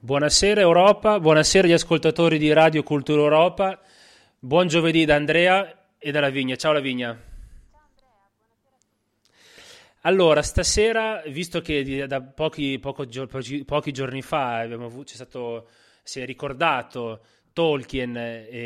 Buonasera Europa, buonasera agli ascoltatori di Radio Cultura Europa, buon giovedì da Andrea e da Lavinia. Ciao Lavinia. Allora, stasera, visto che da pochi giorni fa si è ricordato Tolkien,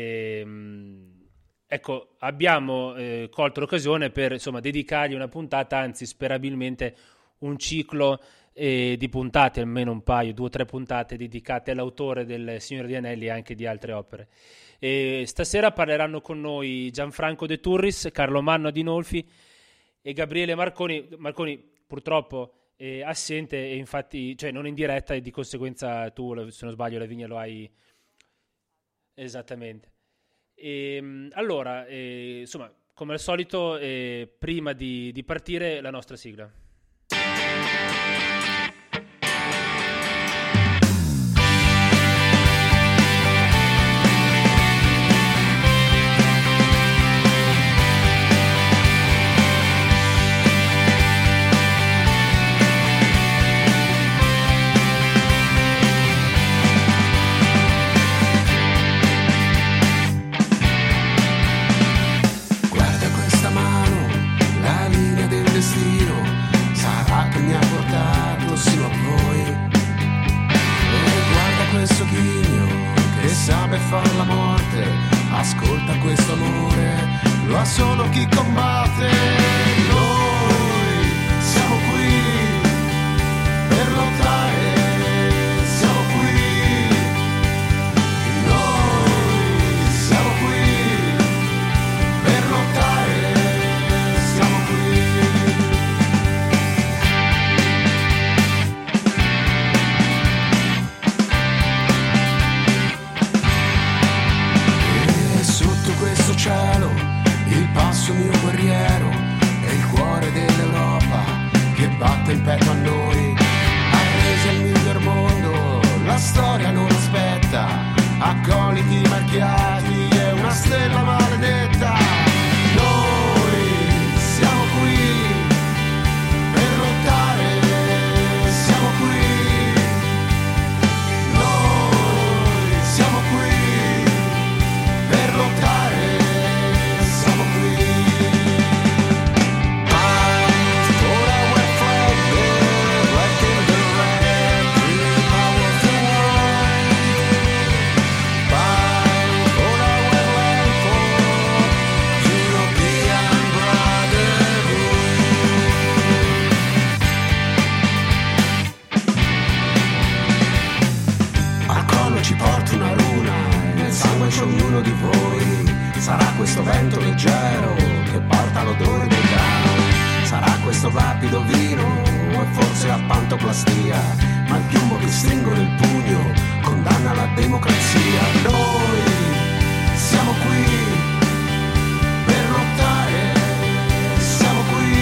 ecco, abbiamo colto l'occasione per dedicargli una puntata, anzi sperabilmente un ciclo di puntate, almeno un paio, 2 o 3 puntate dedicate all'autore del Signore degli Anelli e anche di altre opere. E stasera parleranno con noi Gianfranco De Turris, Carlo Manno Adinolfi e Gabriele Marconi. Marconi purtroppo è assente e infatti, cioè non in diretta, e di conseguenza tu, se non sbaglio, Lavinia, lo hai esattamente. Allora, insomma, come al solito, prima di partire, la nostra sigla. Far la morte, ascolta questo amore, lo ha solo chi combatte. Noi siamo qui per lottare, siamo qui. Noi siamo qui per lottare, siamo qui. Cielo, il passo mio guerriero è il cuore dell'Europa che batte in petto a noi. Arresi al miglior mondo, la storia non aspetta, accoliti marchiati, è una stella maledetta. Noi siamo qui per lottare, siamo qui. Noi siamo qui per lottare. Ognuno di voi sarà questo vento leggero che porta l'odore del grano, sarà questo rapido vino o forse la pantoplastia, ma il piumbo che stringo nel pugno condanna la democrazia. Noi siamo qui per lottare, siamo qui.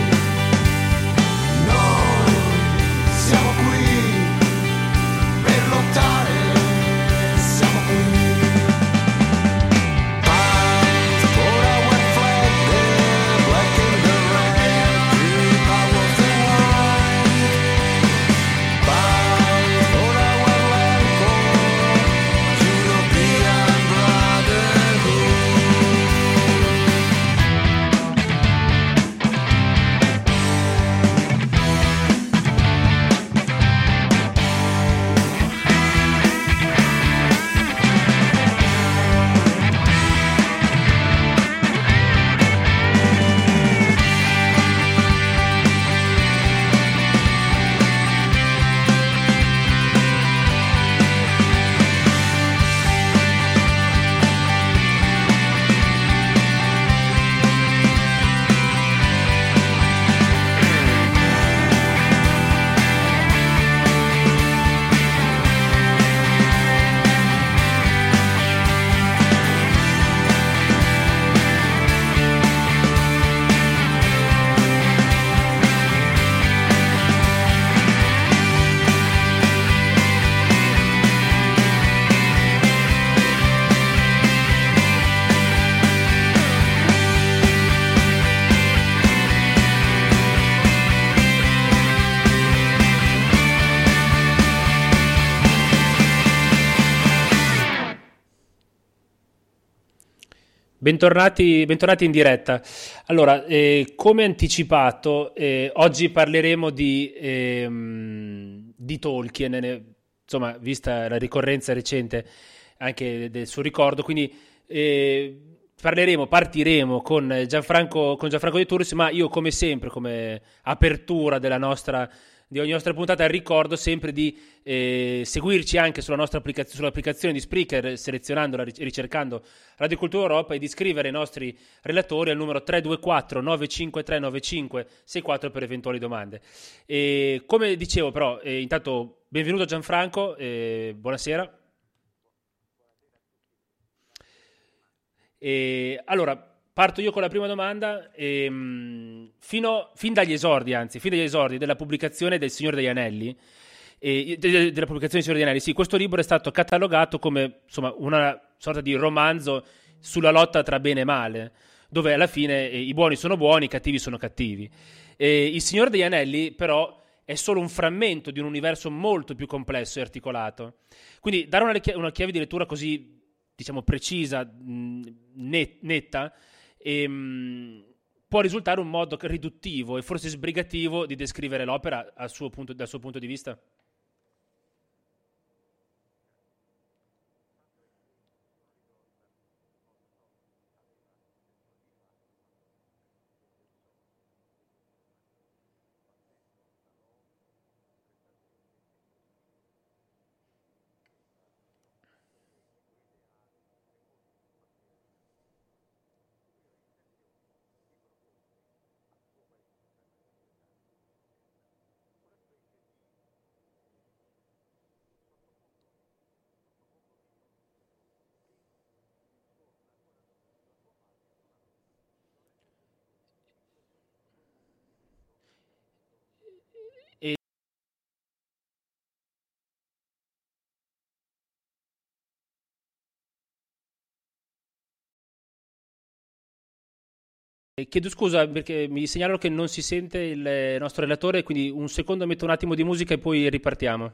Noi siamo qui per lottare. Brotherhood. Bentornati in diretta. Allora, come anticipato, oggi parleremo di Tolkien, insomma, vista la ricorrenza recente anche del suo ricordo, quindi partiremo con Gianfranco De Turris, ma io come sempre, come apertura di ogni nostra puntata, ricordo sempre di seguirci anche sull'applicazione di Spreaker, selezionandola, ricercando Radio Cultura Europa, e di scrivere ai nostri relatori al numero 324 953 9564 per eventuali domande. Come dicevo, però, intanto benvenuto Gianfranco, buonasera. Allora, parto io con la prima domanda. Fin dagli esordi della pubblicazione del Signore degli Anelli, della pubblicazione del Signore degli Anelli, sì, questo libro è stato catalogato come, insomma, una sorta di romanzo sulla lotta tra bene e male, dove alla fine i buoni sono buoni, i cattivi sono cattivi. Il Signore degli Anelli, però, è solo un frammento di un universo molto più complesso e articolato. Quindi dare una chiave di lettura così, diciamo, precisa, netta, può risultare un modo riduttivo e forse sbrigativo di descrivere l'opera dal suo punto di vista? E chiedo scusa perché mi segnalano che non si sente il nostro relatore, quindi un secondo, metto un attimo di musica e poi ripartiamo.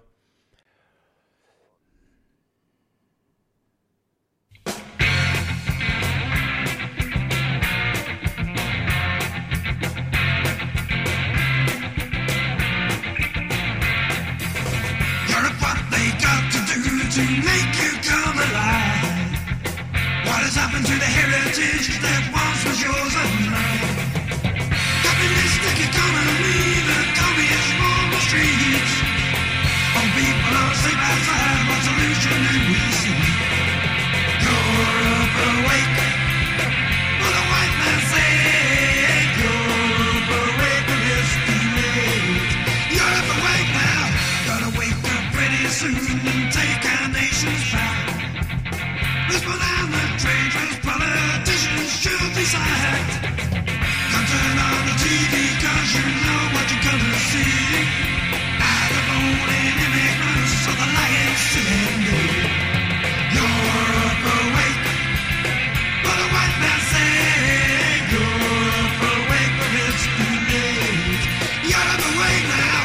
You're what they got to do to make you come alive. What has happened to the heritage that once was yours and mine? Capitalistic economy, the communist rule the streets. All people are safe outside, what solution do we see? Europe awake, will the white man say? Europe awake, but it's too late. Europe awake now, gotta wake up pretty soon and take our nations back. Let's put down the traitors, politicians should be sacked. Don't turn on the TV, cause you know what you're gonna see. Either voting immigrants or the lying cylinder. Europe awake, but the white man say Europe awake, but it's too late. Europe awake now.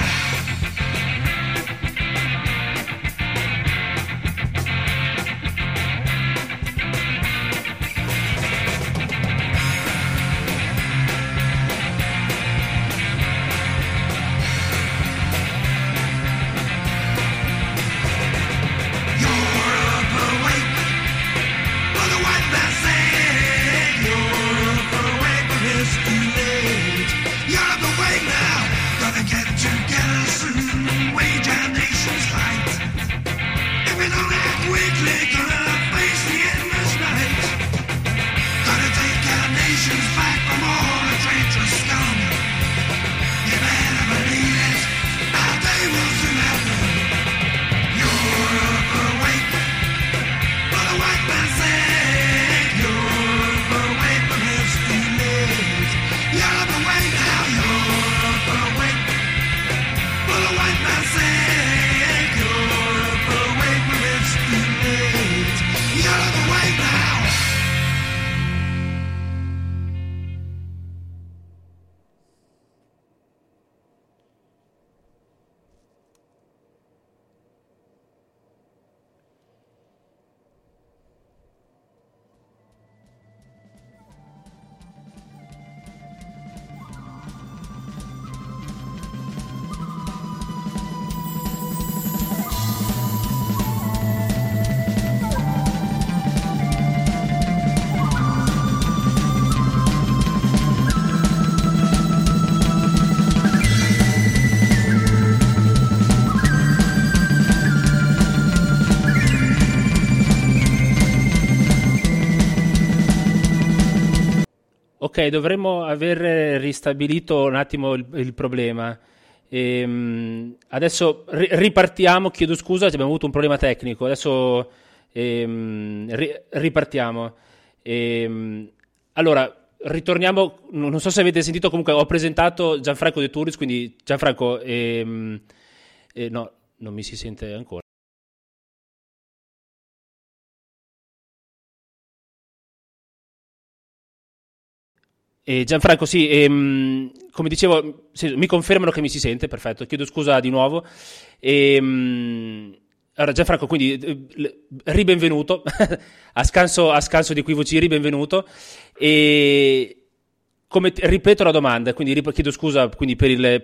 Europe awake, but the white man say Europe awake, but it's too late. Europe awake now, gotta get together soon and wage our nation's fight. If we don't act quickly, gonna face the endless night. Gotta take our nations back from all the traitorous scum. You better believe it, our day will soon happen. Europe awake, but the white man said Europe awake, but it's too late. Europe awake now, Europe awake, but the white man said Europe awake, but it's too late. Europe awake now. Ok, dovremmo aver ristabilito un attimo il problema. Adesso ripartiamo, chiedo scusa, abbiamo avuto un problema tecnico, adesso ripartiamo. Allora, ritorniamo, non so se avete sentito, comunque ho presentato Gianfranco De Turris, quindi Gianfranco, no, non mi si sente ancora. Gianfranco, sì, come dicevo, sì, mi confermano che mi si sente, perfetto, chiedo scusa di nuovo. Allora, Gianfranco, quindi ribenvenuto, a scanso di equivoci, ribenvenuto. E ripeto la domanda, quindi chiedo scusa quindi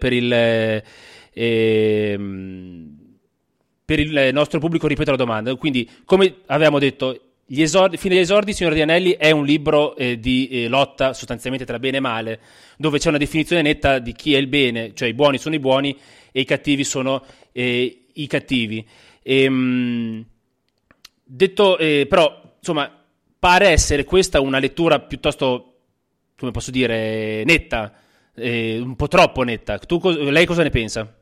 per il nostro pubblico, ripeto la domanda. Quindi, come avevamo detto, Fine agli esordi, Signore di Anelli è un libro di lotta sostanzialmente tra bene e male, dove c'è una definizione netta di chi è il bene, cioè i buoni sono i buoni e i cattivi sono i cattivi. Detto, però, insomma, pare essere questa una lettura piuttosto, come posso dire, netta, un po' troppo netta. Lei cosa ne pensa?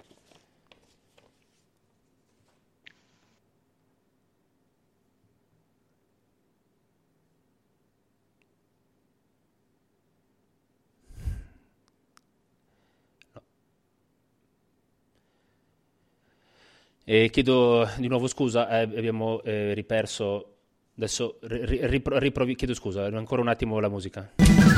Chiedo di nuovo scusa, abbiamo riperso. Adesso riprovi, chiedo scusa, ancora un attimo la musica.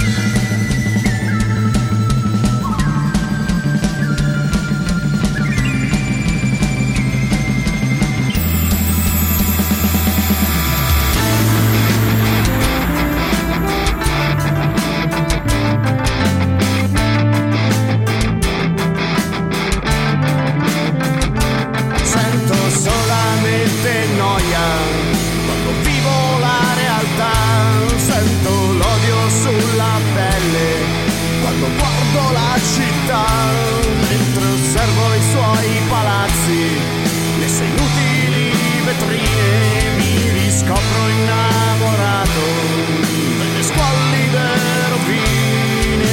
Sento solamente noia quando vivo la realtà, sento l'odio sulla pelle quando guardo la città, mentre osservo i suoi palazzi, le sue inutili vetrine, mi riscopro innamorato delle squallide rovine.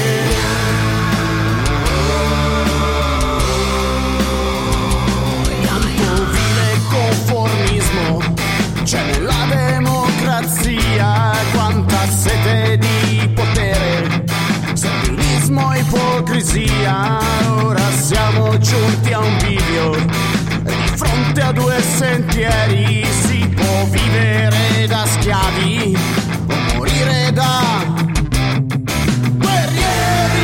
Conformismo c'è nella democrazia, quanta sete di potere, servilismo e ipocrisia. Ora siamo giunti a un bivio e di fronte a due sentieri: si può vivere da schiavi o morire da guerrieri.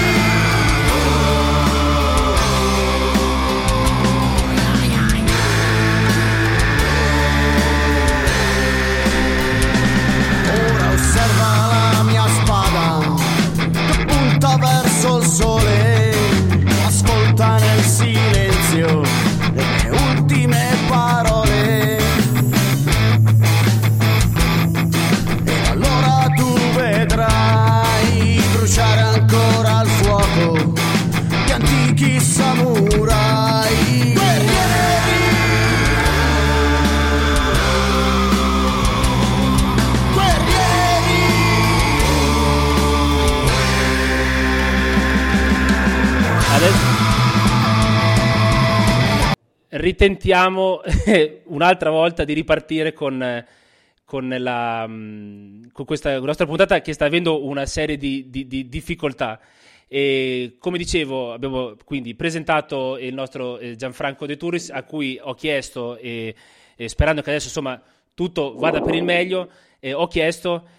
Osserva la mia spada che punta verso il sole, ascolta nel silenzio le mie ultime parole. E allora tu vedrai bruciare ancora il fuoco di antichi samurai. Ritentiamo un'altra volta di ripartire con questa nostra puntata che sta avendo una serie di difficoltà. E come dicevo, abbiamo quindi presentato il nostro Gianfranco De Turris, a cui ho chiesto, sperando che adesso insomma tutto vada per il meglio, ho chiesto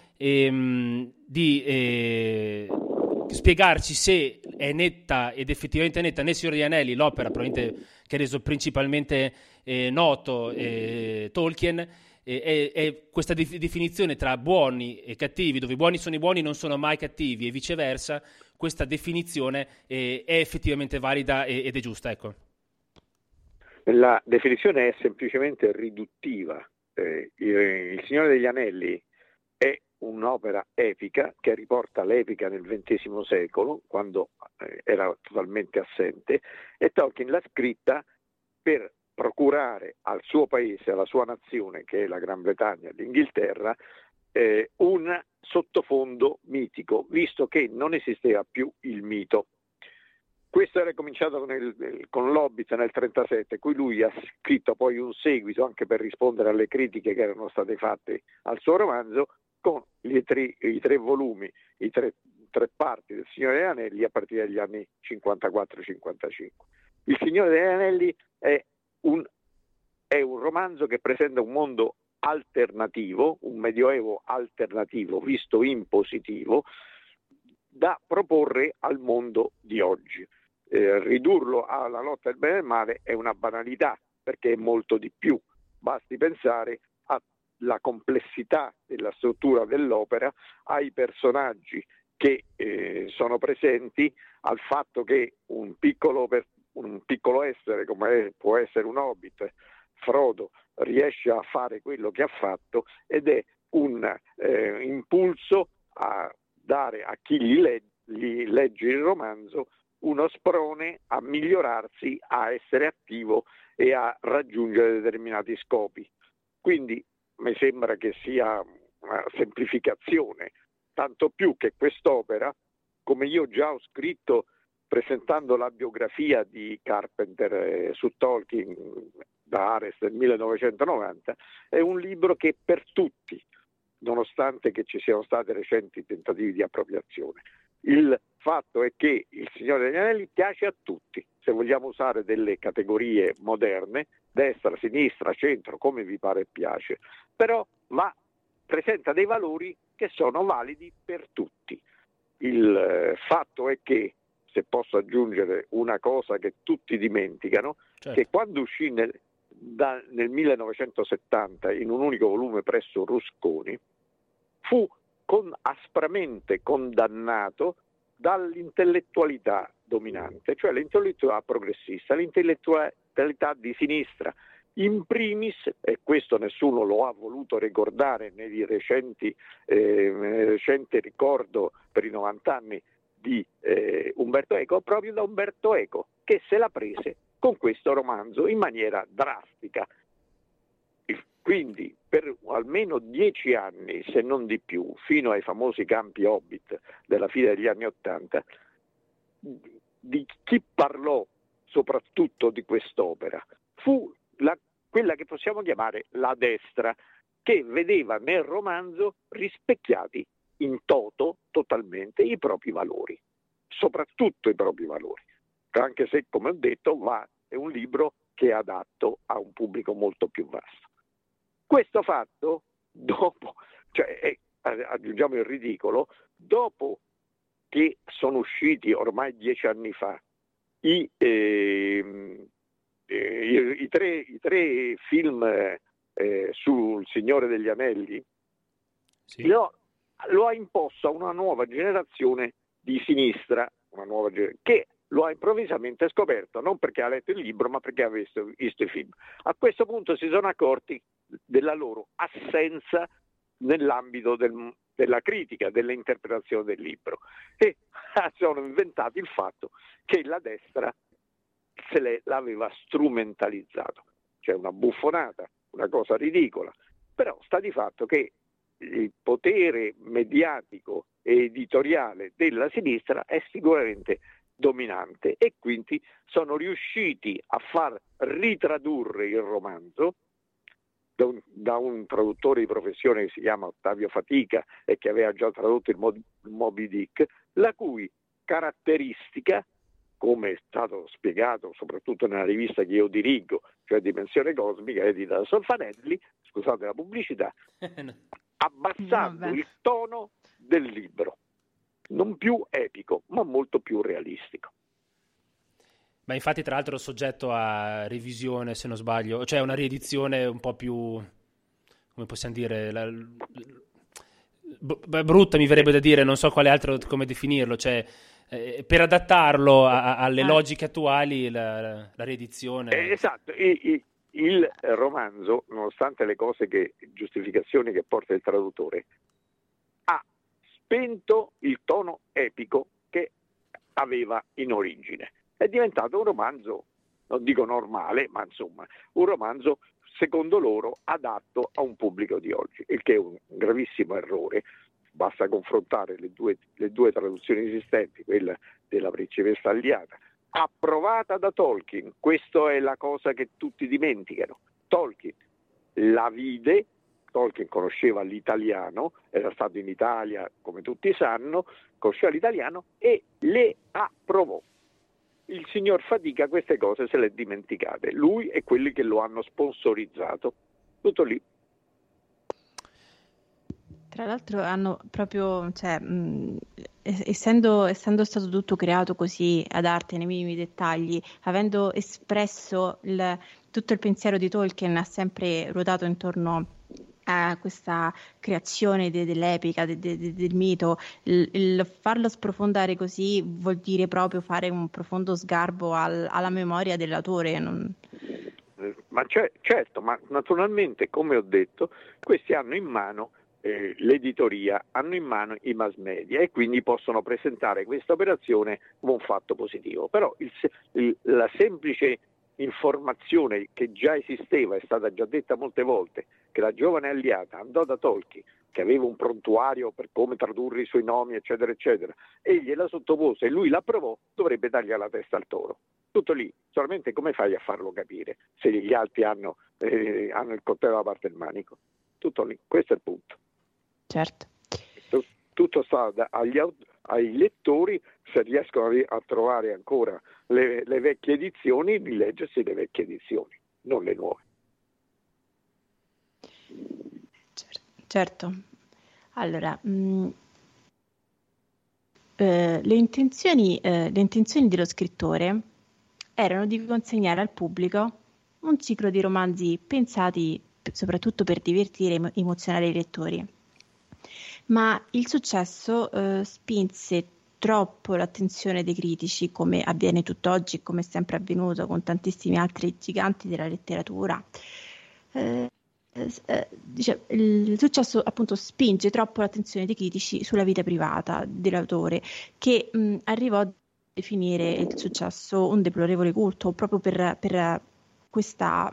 di spiegarci se è netta ed effettivamente netta nel Signore degli Anelli, l'opera probabilmente che ha reso principalmente noto Tolkien, è questa definizione tra buoni e cattivi, dove i buoni sono i buoni, non sono mai cattivi, e viceversa. Questa definizione è effettivamente valida ed è giusta, ecco. La definizione è semplicemente riduttiva. Il Signore degli Anelli è un'opera epica che riporta l'epica nel XX secolo, quando era totalmente assente, e Tolkien l'ha scritta per procurare al suo paese, alla sua nazione, che è la Gran Bretagna, l'Inghilterra, un sottofondo mitico, visto che non esisteva più il mito. Questo era cominciato con l'Hobbit nel 1937, cui lui ha scritto poi un seguito anche per rispondere alle critiche che erano state fatte al suo romanzo, con i tre volumi, i tre parti del Signore degli Anelli a partire dagli anni 54-55. Il Signore degli Anelli è un romanzo che presenta un mondo alternativo, un medioevo alternativo visto in positivo, da proporre al mondo di oggi. Ridurlo alla lotta del bene e del male è una banalità, perché è molto di più. Basti pensare alla complessità della struttura dell'opera, ai personaggi che sono presenti, al fatto che un piccolo essere come può essere un Hobbit, Frodo, riesce a fare quello che ha fatto, ed è un impulso a dare a chi gli legge il romanzo uno sprone a migliorarsi, a essere attivo e a raggiungere determinati scopi. Quindi mi sembra che sia una semplificazione, tanto più che quest'opera, come io già ho scritto presentando la biografia di Carpenter su Tolkien da Ares del 1990, è un libro che per tutti, nonostante che ci siano stati recenti tentativi di appropriazione. Il fatto è che Il Signore degli Anelli piace a tutti, se vogliamo usare delle categorie moderne, destra, sinistra, centro, come vi pare piace, però presenta dei valori che sono validi per tutti. Il fatto è che, se posso aggiungere una cosa che tutti dimenticano, certo, che quando uscì nel 1970 in un unico volume presso Rusconi, fu aspramente condannato dall'intellettualità dominante, cioè l'intellettualità progressista, l'intellettualità di sinistra, in primis, e questo nessuno lo ha voluto ricordare nei recente ricordo per i 90 anni di Umberto Eco, proprio da Umberto Eco, che se la prese con questo romanzo in maniera drastica. Quindi per almeno 10 anni, se non di più, fino ai famosi campi Hobbit della fine degli anni '80, di chi parlò soprattutto di quest'opera fu quella che possiamo chiamare la destra, che vedeva nel romanzo rispecchiati in toto totalmente i propri valori, soprattutto i propri valori, anche se, come ho detto, è un libro che è adatto a un pubblico molto più vasto. Questo fatto, aggiungiamo il ridicolo, dopo che sono usciti ormai 10 anni fa i tre film sul Signore degli Anelli, sì, lo ha imposto a una nuova generazione di sinistra, che lo ha improvvisamente scoperto, non perché ha letto il libro, ma perché ha visto i film. A questo punto si sono accorti della loro assenza nell'ambito della critica, dell'interpretazione del libro, e sono inventati il fatto che la destra l'aveva strumentalizzato. Cioè una buffonata, una cosa ridicola, però sta di fatto che il potere mediatico e editoriale della sinistra è sicuramente dominante, e quindi sono riusciti a far ritradurre il romanzo da un traduttore di professione che si chiama Ottavio Fatica e che aveva già tradotto il Moby Dick, la cui caratteristica, come è stato spiegato soprattutto nella rivista che io dirigo, cioè Dimensione Cosmica, edita da Solfanelli, scusate la pubblicità, abbassando il tono del libro, non più epico, ma molto più realistico. Ma infatti, tra l'altro, soggetto a revisione, se non sbaglio, cioè una riedizione un po' più, come possiamo dire, brutta, mi verrebbe da dire, non so quale altro, come definirlo, cioè per adattarlo alle logiche attuali, la riedizione. Esatto, il romanzo, nonostante le giustificazioni che porta il traduttore, ha spento il tono epico che aveva in origine. È diventato un romanzo, non dico normale, ma insomma, un romanzo secondo loro adatto a un pubblico di oggi, il che è un gravissimo errore. basta confrontare le due traduzioni esistenti, quella della principessa Alliata, approvata da Tolkien. Questa è la cosa che tutti dimenticano. Tolkien la vide, Tolkien conosceva l'italiano, era stato in Italia come tutti sanno, conosceva l'italiano e le approvò. Il signor Fatica queste cose se le è dimenticate, lui e quelli che lo hanno sponsorizzato, tutto lì. Tra l'altro hanno proprio, cioè, essendo stato tutto creato così ad arte, nei minimi dettagli, avendo espresso tutto il pensiero di Tolkien, ha sempre ruotato intorno a questa creazione dell'epica, del mito. Il farlo sprofondare così vuol dire proprio fare un profondo sgarbo alla memoria dell'autore. Ma certo, ma naturalmente, come ho detto, questi hanno in mano l'editoria, hanno in mano i mass media e quindi possono presentare questa operazione come un fatto positivo. Però la semplice informazione che già esisteva, è stata già detta molte volte, che la giovane Alliata andò da Tolkien, che aveva un prontuario per come tradurre i suoi nomi, eccetera, eccetera, e gliela sottopose e lui l'approvò, dovrebbe dargli la testa al toro. Tutto lì, solamente come fai a farlo capire se gli altri hanno il coltello da parte del manico? Tutto lì, questo è il punto. Certo. Tutto sta ai lettori, se riescono a trovare ancora le vecchie edizioni, di leggersi le vecchie edizioni, non le nuove. Certo. Allora, le intenzioni dello scrittore erano di consegnare al pubblico un ciclo di romanzi pensati soprattutto per divertire e emozionare i lettori. Ma il successo spinse troppo l'attenzione dei critici, come avviene tutt'oggi, come è sempre avvenuto con tantissimi altri giganti della letteratura. Il successo appunto spinge troppo l'attenzione dei critici sulla vita privata dell'autore, che arrivò a definire il successo un deplorevole culto, proprio per questa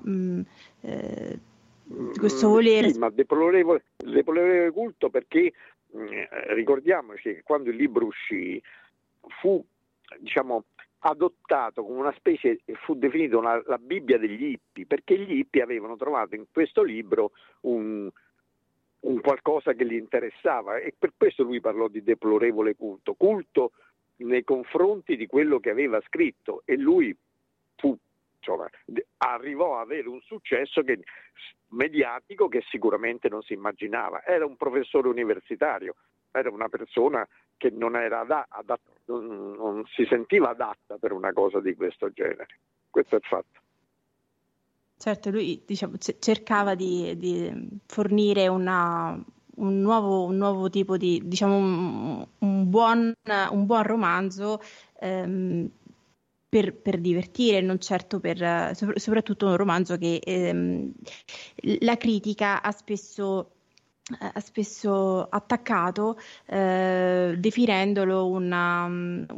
questo voler. Sì, ma deplorevole culto, perché ricordiamoci che quando il libro uscì fu, diciamo, adottato come una specie, fu definito la Bibbia degli hippie, perché gli hippie avevano trovato in questo libro un qualcosa che gli interessava, e per questo lui parlò di deplorevole culto nei confronti di quello che aveva scritto, e lui arrivò a avere un successo mediatico che sicuramente non si immaginava. Era un professore universitario, era una persona che non era non si sentiva adatta per una cosa di questo genere. Questo è il fatto. Certo, lui cercava di fornire un nuovo tipo di, un buon romanzo per divertire, non certo soprattutto un romanzo che la critica ha spesso attaccato, definendolo una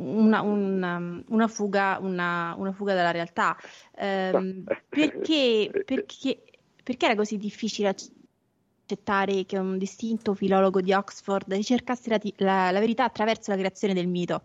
fuga dalla realtà. Perché era così difficile accettare che un distinto filologo di Oxford ricercasse la verità attraverso la creazione del mito?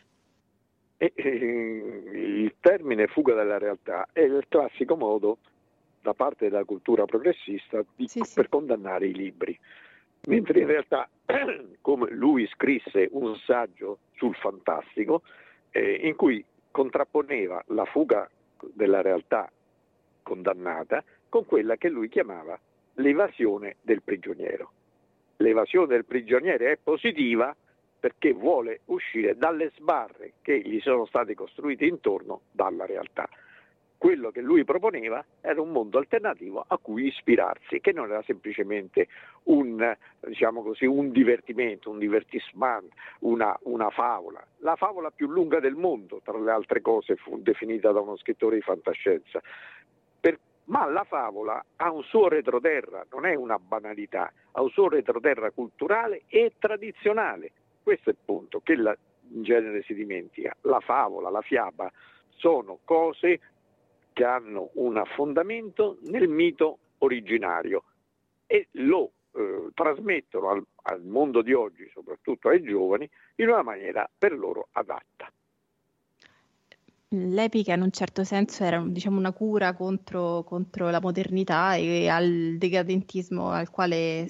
Il termine fuga dalla realtà è il classico modo da parte della cultura progressista per condannare i libri, mentre in realtà, come lui scrisse un saggio sul fantastico in cui contrapponeva la fuga della realtà condannata con quella che lui chiamava l'evasione del prigioniero. L'evasione del prigioniero è positiva perché vuole uscire dalle sbarre che gli sono state costruite intorno dalla realtà. Quello che lui proponeva era un mondo alternativo a cui ispirarsi, che non era semplicemente un divertimento, un divertissement, una favola. La favola più lunga del mondo, tra le altre cose, fu definita da uno scrittore di fantascienza. Ma la favola ha un suo retroterra, non è una banalità, ha un suo retroterra culturale e tradizionale. Questo è il punto che in genere si dimentica. La favola, la fiaba sono cose che hanno un fondamento nel mito originario e lo trasmettono al mondo di oggi, soprattutto ai giovani, in una maniera per loro adatta. L'epica in un certo senso era, diciamo, una cura contro la modernità e al decadentismo al quale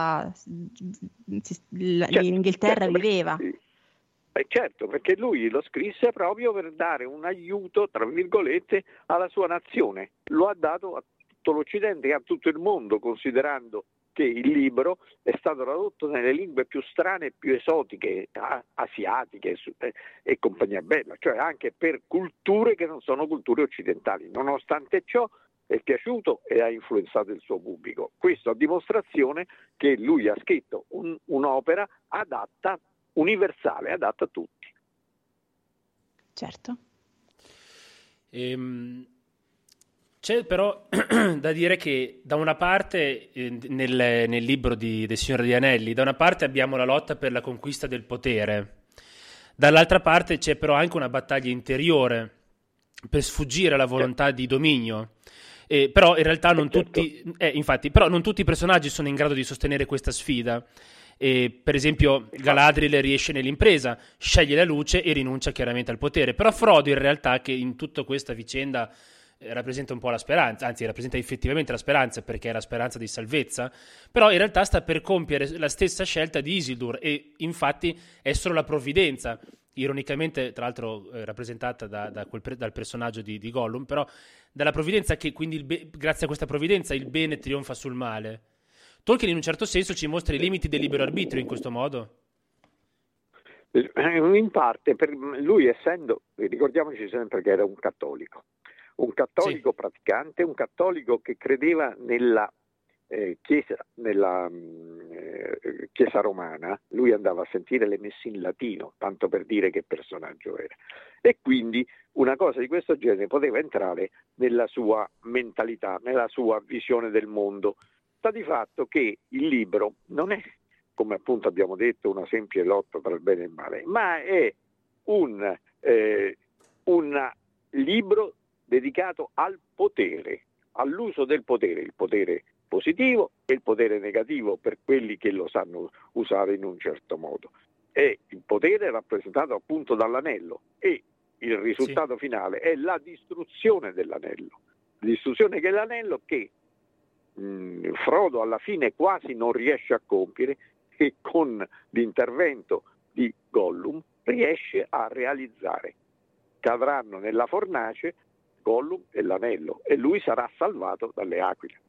l'Inghilterra viveva. Certo, perché lui lo scrisse proprio per dare un aiuto, tra virgolette, alla sua nazione. Lo ha dato a tutto l'Occidente e a tutto il mondo, considerando che il libro è stato tradotto nelle lingue più strane e più esotiche, asiatiche e compagnia bella, cioè anche per culture che non sono culture occidentali. Nonostante ciò è piaciuto e ha influenzato il suo pubblico. Questo a dimostrazione che lui ha scritto un'opera adatta, universale, adatta a tutti. Certo. C'è però da dire che da una parte nel libro del Signore degli Anelli, da una parte abbiamo la lotta per la conquista del potere, dall'altra parte c'è però anche una battaglia interiore per sfuggire alla volontà di dominio. Però in realtà non tutti, però non tutti i personaggi sono in grado di sostenere questa sfida. Per esempio Galadriel riesce nell'impresa, sceglie la luce e rinuncia chiaramente al potere, però Frodo in realtà, che in tutta questa vicenda rappresenta un po' la speranza, anzi rappresenta effettivamente la speranza, perché è la speranza di salvezza, però in realtà sta per compiere la stessa scelta di Isildur, e infatti è solo la provvidenza, ironicamente tra l'altro rappresentata dal personaggio di Gollum, però dalla provvidenza, che quindi grazie a questa provvidenza il bene trionfa sul male. Tolkien in un certo senso ci mostra i limiti del libero arbitrio in questo modo. In parte, per lui, essendo, ricordiamoci sempre che era un cattolico sì, praticante, un cattolico che credeva nella chiesa romana. Lui andava a sentire le messe in latino, tanto per dire che personaggio era, e quindi una cosa di questo genere poteva entrare nella sua mentalità, nella sua visione del mondo. Sta di fatto che il libro non è, come appunto abbiamo detto, una semplice lotta tra il bene e il male, ma è un libro dedicato al potere, all'uso del potere, il potere positivo e il potere negativo per quelli che lo sanno usare in un certo modo. E il potere è rappresentato appunto dall'anello, e il risultato finale è la distruzione dell'anello. Distruzione che è l'anello che Frodo alla fine quasi non riesce a compiere, e con l'intervento di Gollum riesce a realizzare. Cadranno nella fornace Gollum e l'anello, e lui sarà salvato dalle aquile.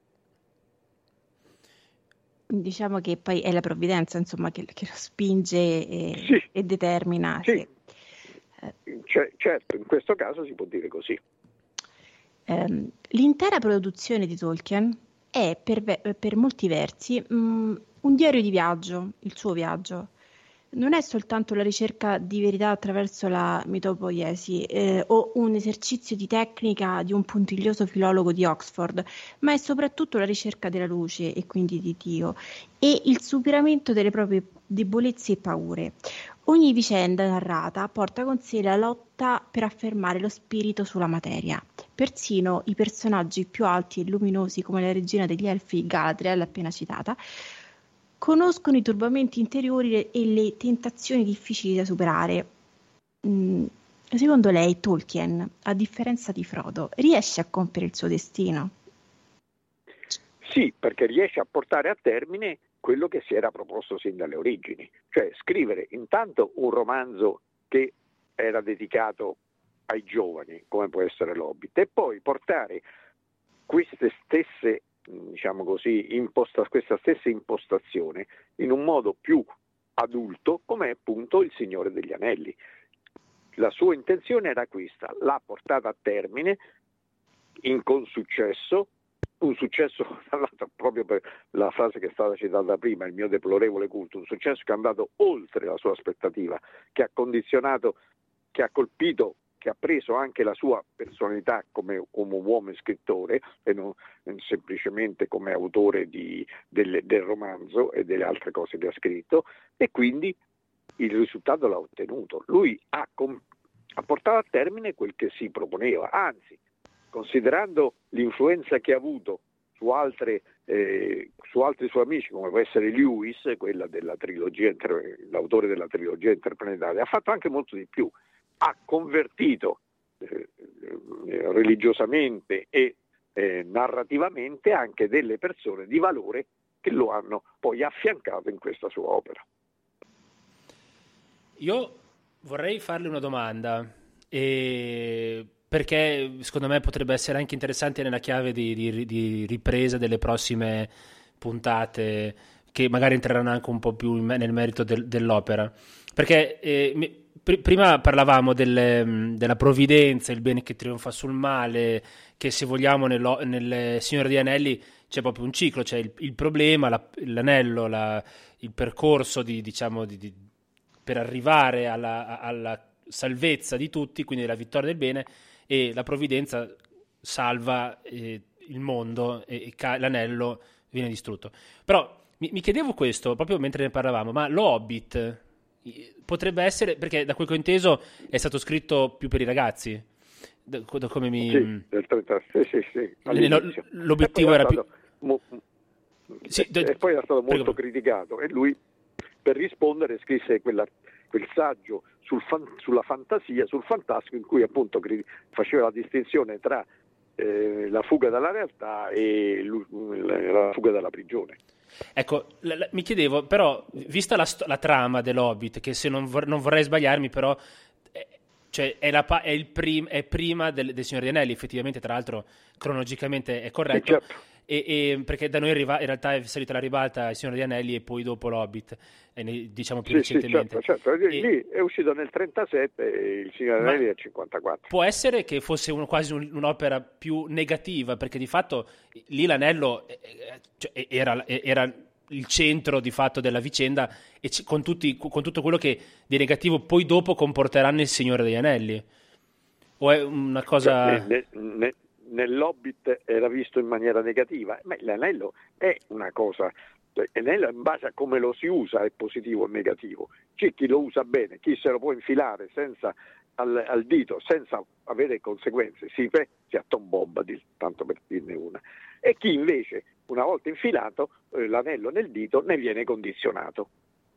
Diciamo che poi è la provvidenza, insomma, che lo spinge e determina. Sì. Certo, in questo caso si può dire così. L'intera produzione di Tolkien è per molti versi un diario di viaggio, il suo viaggio. Non è soltanto la ricerca di verità attraverso la mitopoiesi o un esercizio di tecnica di un puntiglioso filologo di Oxford, ma è soprattutto la ricerca della luce, e quindi di Dio, e il superamento delle proprie debolezze e paure. Ogni vicenda narrata porta con sé la lotta per affermare lo spirito sulla materia. Persino i personaggi più alti e luminosi, come la regina degli Elfi, Galadriel, appena citata, conoscono i turbamenti interiori e le tentazioni difficili da superare. Secondo lei Tolkien, a differenza di Frodo, riesce a compiere il suo destino? Sì, perché riesce a portare a termine quello che si era proposto sin dalle origini, cioè scrivere intanto un romanzo che era dedicato ai giovani, come può essere l'Hobbit, e poi portare queste stesse, diciamo così, questa stessa impostazione in un modo più adulto, come appunto Il Signore degli Anelli. La sua intenzione era questa, l'ha portata a termine con successo, un successo, tra l'altro, proprio per la frase che è stata citata prima, il mio deplorevole culto, un successo che è andato oltre la sua aspettativa, che ha condizionato, che ha colpito, che ha preso anche la sua personalità come uomo e scrittore, e non semplicemente come autore del romanzo e delle altre cose che ha scritto, e quindi il risultato l'ha ottenuto. Lui ha portato a termine quel che si proponeva, anzi, considerando l'influenza che ha avuto altri suoi amici, come può essere Lewis, quella della trilogia, l'autore della trilogia interplanetaria, ha fatto anche molto di più. Ha convertito religiosamente e narrativamente anche delle persone di valore che lo hanno poi affiancato in questa sua opera. Io vorrei farle una domanda, perché secondo me potrebbe essere anche interessante nella chiave di ripresa delle prossime puntate, che magari entreranno anche un po' più nel merito dell'opera. Perché prima parlavamo della provvidenza, il bene che trionfa sul male, che se vogliamo nel Signore degli Anelli c'è proprio un ciclo, c'è il problema, l'anello, il percorso per arrivare alla salvezza di tutti, quindi la vittoria del bene, e la provvidenza salva il mondo e l'anello viene distrutto. Però mi chiedevo questo proprio mentre ne parlavamo, ma lo Hobbit potrebbe essere, perché da quel che ho inteso è stato scritto più per i ragazzi, da come mi... Sì, del 30, sì. L'obiettivo era più... E poi era stato molto criticato, e lui per rispondere scrisse quel saggio sulla fantasia, sul fantastico, in cui appunto faceva la distinzione tra la fuga dalla realtà e la fuga dalla prigione. Ecco, mi chiedevo, però, vista la trama dell'Hobbit, che se non vorrei sbagliarmi, però è prima del Signore degli Anelli, effettivamente, tra l'altro cronologicamente è corretto, sì, certo. Perché da noi in realtà è salita la ribalta il Signore degli Anelli e poi dopo l'Hobbit, diciamo più recentemente. Certo. Lì è uscito nel 37 e il Signore degli Anelli nel 54. Può essere che fosse quasi un'opera più negativa, perché di fatto lì l'anello era il centro di fatto della vicenda, e con tutto quello che di negativo poi dopo comporterà nel Signore degli Anelli. O è una cosa... Nell'Hobbit era visto in maniera negativa, ma l'anello è una cosa, l'anello in base a come lo si usa è positivo o negativo. C'è chi lo usa bene, chi se lo può infilare senza al dito senza avere conseguenze, si a Tom Bombadil, tanto per dirne una, e chi invece una volta infilato l'anello nel dito ne viene condizionato.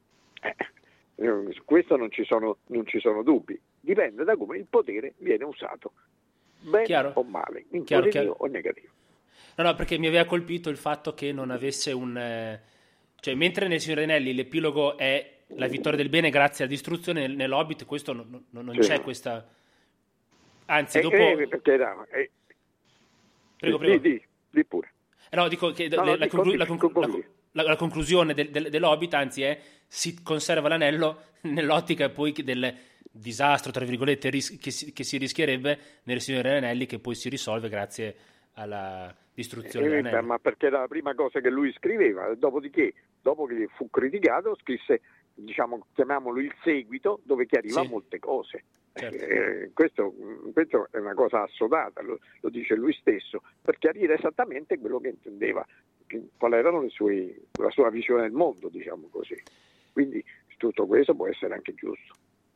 Su questo non ci sono dubbi, dipende da come il potere viene usato, bene o male, in positivo o negativo. No, perché mi aveva colpito il fatto che non avesse cioè, mentre nel Signore degli Anelli l'epilogo è la vittoria del bene grazie alla distruzione, nell'Hobbit questo non c'è questa... Anzi, dopo... Perché Prego. Di pure. No, dico che la conclusione dell'Hobbit, anzi, si conserva l'anello nell'ottica poi del disastro, tra virgolette, che si rischierebbe nel Signore degli Anelli, che poi si risolve grazie alla distruzione dell'anello. Ma perché era la prima cosa che lui scriveva, dopodiché, dopo che fu criticato, scrisse, diciamo, chiamiamolo il seguito, dove chiariva molte cose. Certo. Questo è una cosa assodata, lo dice lui stesso, per chiarire esattamente quello che intendeva, qual era la sua visione del mondo, diciamo così. Quindi tutto questo può essere anche giusto.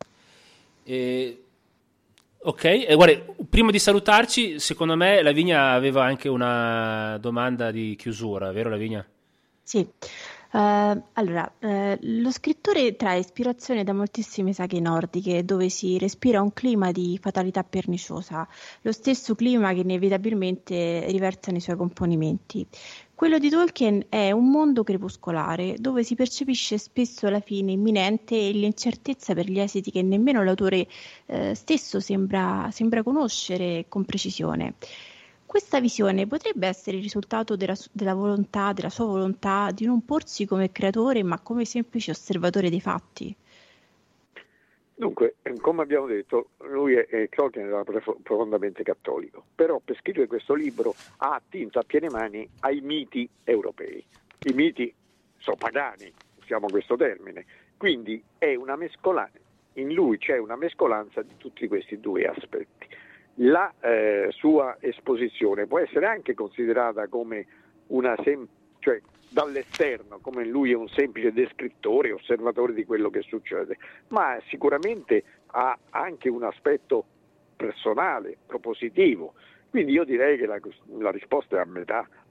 Ok, guarda, prima di salutarci, secondo me Lavinia aveva anche una domanda di chiusura, vero Lavinia? Sì. Allora, lo scrittore trae ispirazione da moltissime saghe nordiche dove si respira un clima di fatalità perniciosa, lo stesso clima che inevitabilmente riversa nei suoi componimenti. Quello di Tolkien è un mondo crepuscolare dove si percepisce spesso la fine imminente e l'incertezza per gli esiti che nemmeno l'autore stesso sembra conoscere con precisione. Questa visione potrebbe essere il risultato della sua volontà di non porsi come creatore, ma come semplice osservatore dei fatti. Dunque, come abbiamo detto, Tolkien era profondamente cattolico, però per scrivere questo libro ha attinto a piene mani ai miti europei. I miti sono pagani, usiamo questo termine, quindi è una mescolanza, in lui c'è una mescolanza di tutti questi due aspetti. La sua esposizione può essere anche considerata come cioè dall'esterno, come lui è un semplice descrittore, osservatore di quello che succede, ma sicuramente ha anche un aspetto personale, propositivo. Quindi io direi che la risposta è a metà,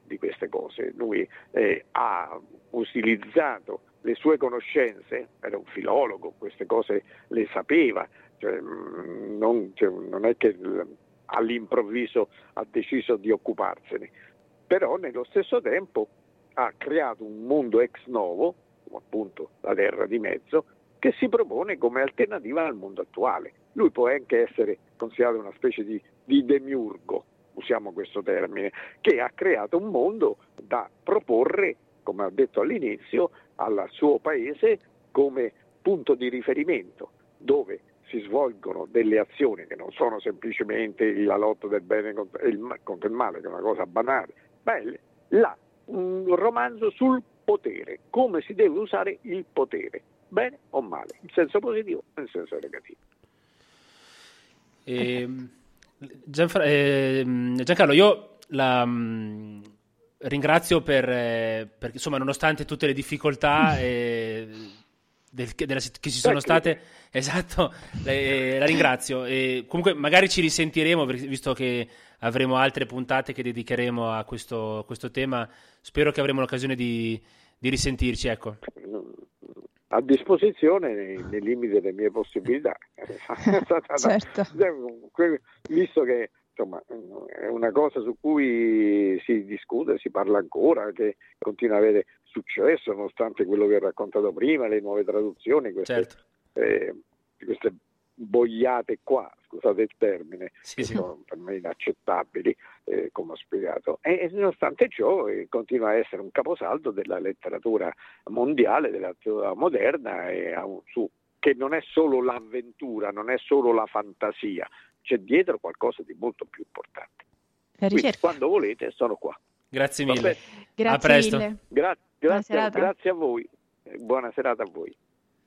di queste cose. Lui ha utilizzato le sue conoscenze, era un filologo, queste cose le sapeva, non è che all'improvviso ha deciso di occuparsene, però nello stesso tempo ha creato un mondo ex novo, appunto la Terra di Mezzo, che si propone come alternativa al mondo attuale. Lui può anche essere considerato una specie di demiurgo, usiamo questo termine, che ha creato un mondo da proporre, come ho detto all'inizio, al suo paese come punto di riferimento, dove si svolgono delle azioni che non sono semplicemente la lotta del bene contro il male, che è una cosa banale, ma è un romanzo sul potere, come si deve usare il potere, bene o male, in senso positivo o in senso negativo. Giancarlo, io la ringrazio perché insomma, nonostante tutte le difficoltà che ci sono state, esatto, la ringrazio. E comunque magari ci risentiremo, visto che avremo altre puntate che dedicheremo a questo tema. Spero che avremo l'occasione di risentirci, ecco. A disposizione nei limiti delle mie possibilità. Certo. Visto che insomma è una cosa su cui si discute, si parla ancora, che continua a avere successo nonostante quello che ho raccontato prima, le nuove traduzioni, queste boiate qua, scusate il termine, sono per me inaccettabili, come ho spiegato, e nonostante ciò continua a essere un caposaldo della letteratura mondiale, della letteratura moderna, che non è solo l'avventura, non è solo la fantasia, c'è dietro qualcosa di molto più importante. Quindi, quando volete sono qua. Grazie mille. Grazie a presto. Mille. Grazie a voi. Buona serata a voi.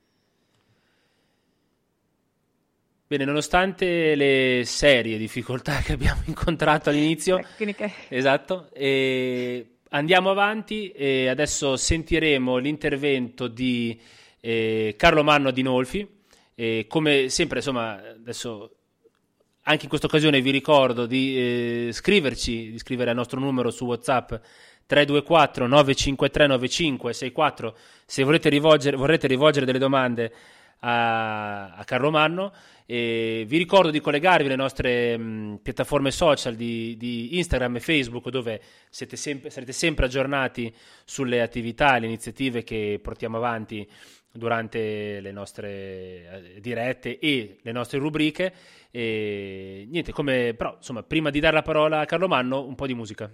Bene, nonostante le serie difficoltà che abbiamo incontrato all'inizio, tecniche. Esatto, andiamo avanti e adesso sentiremo l'intervento di Carlo Manno di Nolfi. Come sempre, insomma, adesso anche in questa occasione vi ricordo di scrivere al nostro numero su WhatsApp 324 953 9564 se vorrete rivolgere delle domande a Carlo Manno. Vi ricordo di collegarvi alle nostre piattaforme social di Instagram e Facebook, dove sarete sempre aggiornati sulle attività e le iniziative che portiamo avanti durante le nostre dirette e le nostre rubriche. E niente, però insomma, prima di dare la parola a Carlo Manno, un po' di musica.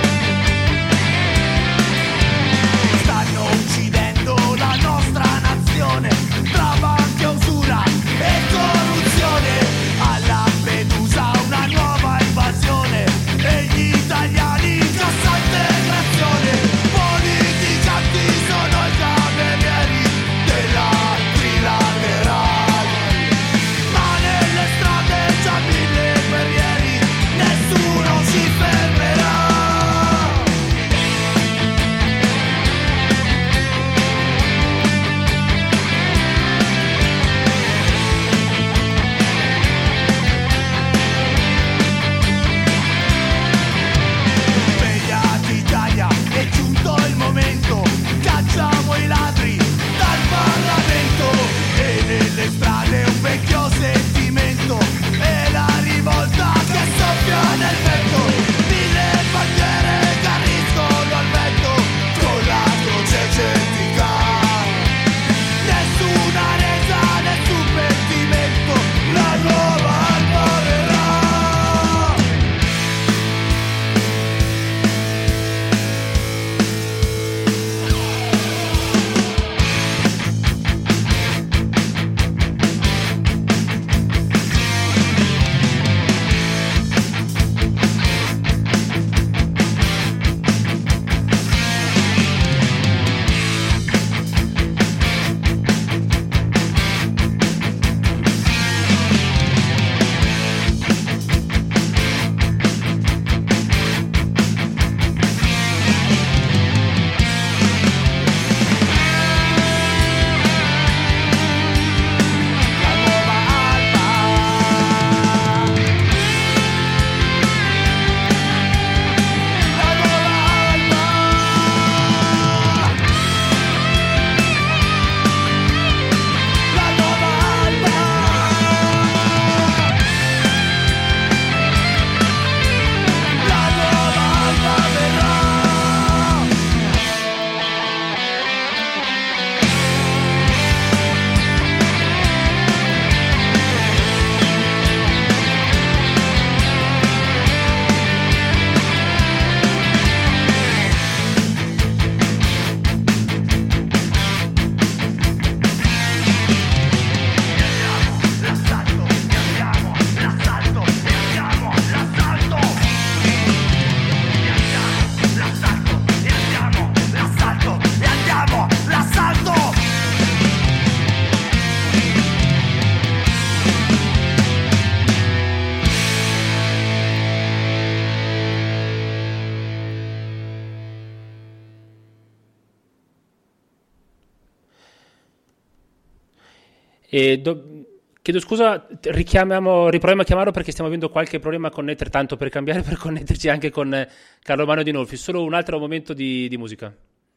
Stanno uccidendo la nostra nazione. Chiedo scusa, riproviamo a chiamarlo perché stiamo avendo qualche problema a connettere, tanto per cambiare, per connetterci anche con Carlo Magno Dinolfi. Solo un altro momento di musica.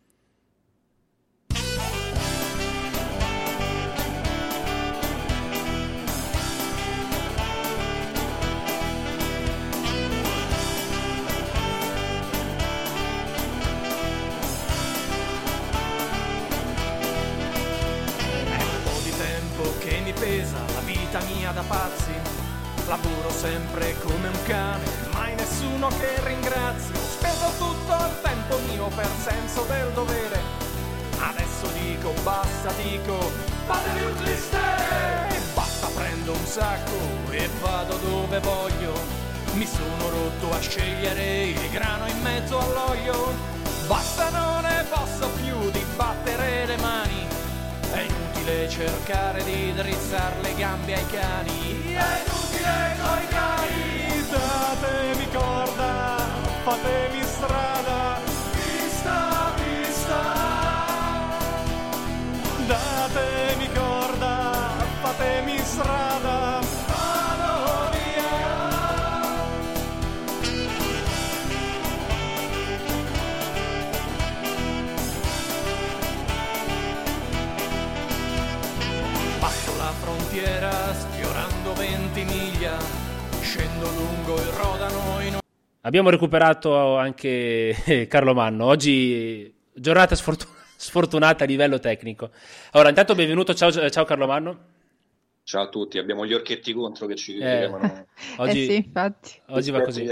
Da pazzi, lavoro sempre come un cane, mai nessuno che ringrazio, ho speso tutto il tempo mio per senso del dovere, adesso dico basta, fatevi un clistè, basta, prendo un sacco e vado dove voglio, mi sono rotto a scegliere il grano in mezzo all'olio, basta, non ne posso più di battere le mani, è inutile cercare di drizzare le gambe ai cani, è inutile coi cani, datemi corda, fatemi strada, pista, datemi corda, fatemi strada, vado via. Passo la frontiera sfiorando 20 miglia, scendo lungo il Rodano in... Abbiamo recuperato anche Carlo Manno. Oggi giornata sfortunata a livello tecnico. Allora, intanto benvenuto, ciao Carlo Manno. Ciao a tutti, abbiamo gli orchetti contro che ci chiamano. Oggi, sì, infatti. Oggi va così.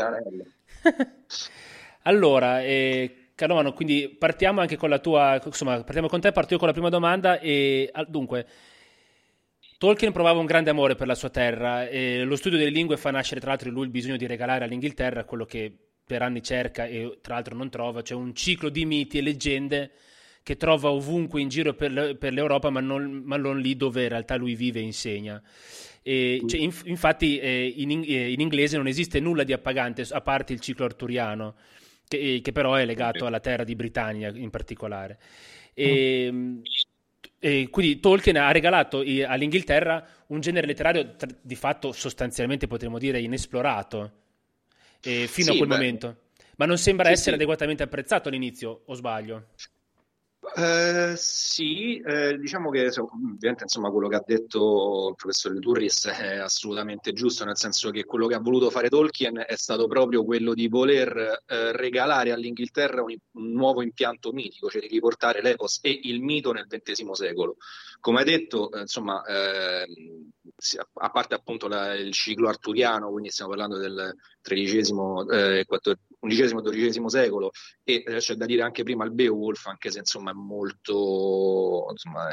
Allora, Carlo Manno, quindi partiamo anche con la tua, insomma, partiamo con te, parto io con la prima domanda. Dunque, Tolkien provava un grande amore per la sua terra e lo studio delle lingue fa nascere tra l'altro in lui il bisogno di regalare all'Inghilterra quello che per anni cerca e tra l'altro non trova, cioè un ciclo di miti e leggende che trova ovunque in giro per l'Europa, ma non lì dove in realtà lui vive e insegna. Infatti in inglese non esiste nulla di appagante a parte il ciclo arturiano, che però è legato alla terra di Britannia in particolare. E quindi Tolkien ha regalato all'Inghilterra un genere letterario di fatto sostanzialmente potremmo dire inesplorato fino a quel momento, ma non sembra essere adeguatamente apprezzato all'inizio, o sbaglio? Diciamo che ovviamente insomma quello che ha detto il professor Turris è assolutamente giusto, nel senso che quello che ha voluto fare Tolkien è stato proprio quello di voler regalare all'Inghilterra un nuovo impianto mitico, cioè di riportare l'epos e il mito nel XX secolo. Come hai detto, insomma, a parte appunto il ciclo arturiano, quindi stiamo parlando del XIII, XIV secolo, e c'è da dire anche prima il Beowulf, anche se insomma è molto, insomma,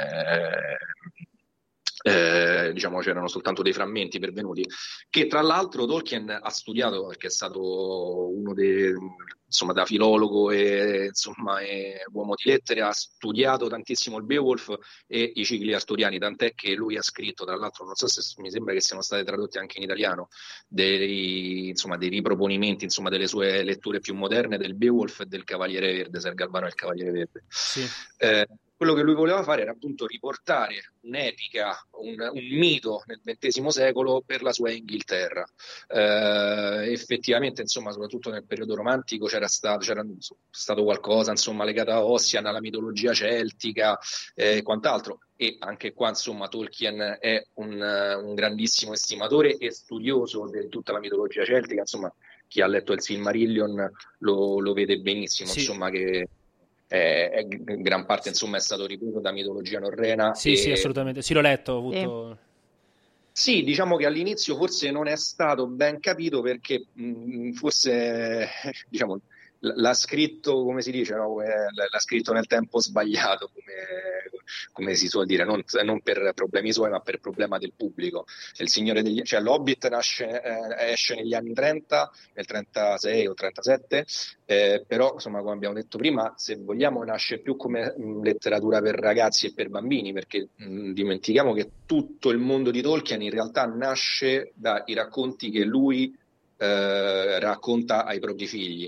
diciamo c'erano soltanto dei frammenti pervenuti, che tra l'altro Tolkien ha studiato perché è stato uno dei, insomma, da filologo e insomma uomo di lettere, ha studiato tantissimo il Beowulf e i cicli arturiani, tant'è che lui ha scritto, tra l'altro non so se mi sembra che siano state tradotte anche in italiano, dei riproponimenti, insomma, delle sue letture più moderne del Beowulf e del Cavaliere Verde, Ser Galvano e il Cavaliere Verde. Sì. Quello che lui voleva fare era appunto riportare un'epica, un mito nel XX secolo per la sua Inghilterra. Effettivamente, insomma, soprattutto nel periodo romantico c'era stato qualcosa, insomma, legato a Ossian, alla mitologia celtica e quant'altro. E anche qua, insomma, Tolkien è un grandissimo estimatore e studioso di tutta la mitologia celtica. Insomma, chi ha letto il Silmarillion lo vede benissimo, sì. Insomma, che gran parte insomma è stato ripreso da mitologia norrena. Sì, assolutamente, sì, l'ho letto, ho avuto... Sì, diciamo che all'inizio forse non è stato ben capito perché forse diciamo l'ha scritto, come si dice, no? L'ha scritto nel tempo sbagliato, come si suol dire, non per problemi suoi ma per problema del pubblico. Il Signore cioè l'Hobbit esce negli anni 30, nel 36 o 37, però insomma, come abbiamo detto prima, se vogliamo nasce più come letteratura per ragazzi e per bambini, perché dimentichiamo che tutto il mondo di Tolkien in realtà nasce dai racconti che lui racconta ai propri figli.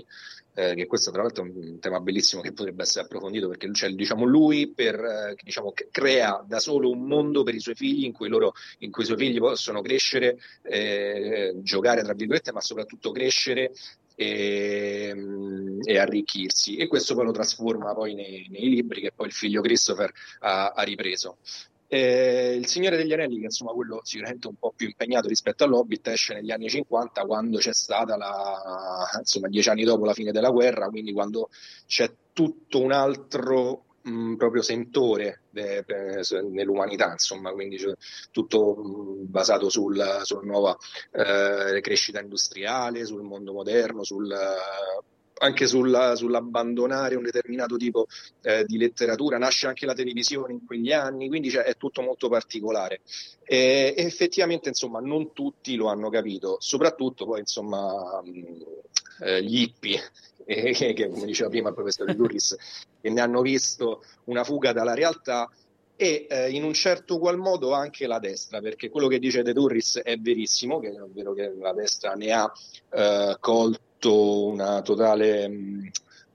che questo tra l'altro è un tema bellissimo che potrebbe essere approfondito, perché cioè, diciamo, lui crea da solo un mondo per i suoi figli in cui i suoi figli possono crescere, giocare tra virgolette, ma soprattutto crescere e arricchirsi, e questo poi lo trasforma poi nei libri che poi il figlio Christopher ha ripreso. Il Signore degli Anelli, che insomma quello sicuramente un po' più impegnato rispetto all'Hobbit, esce negli anni 50, quando c'è stata 10 anni dopo la fine della guerra, quindi quando c'è tutto un altro proprio sentore nell'umanità, insomma, quindi c'è tutto basato sulla nuova crescita industriale, sul mondo moderno, anche sull'abbandonare un determinato tipo di letteratura. Nasce anche la televisione in quegli anni, quindi è tutto molto particolare. E effettivamente, insomma, non tutti lo hanno capito, soprattutto poi, insomma, gli hippie, che come diceva prima il professore Turris, che ne hanno visto una fuga dalla realtà, e in un certo qual modo anche la destra, perché quello che dice De Turris è verissimo, che è vero che la destra ne ha colto una totale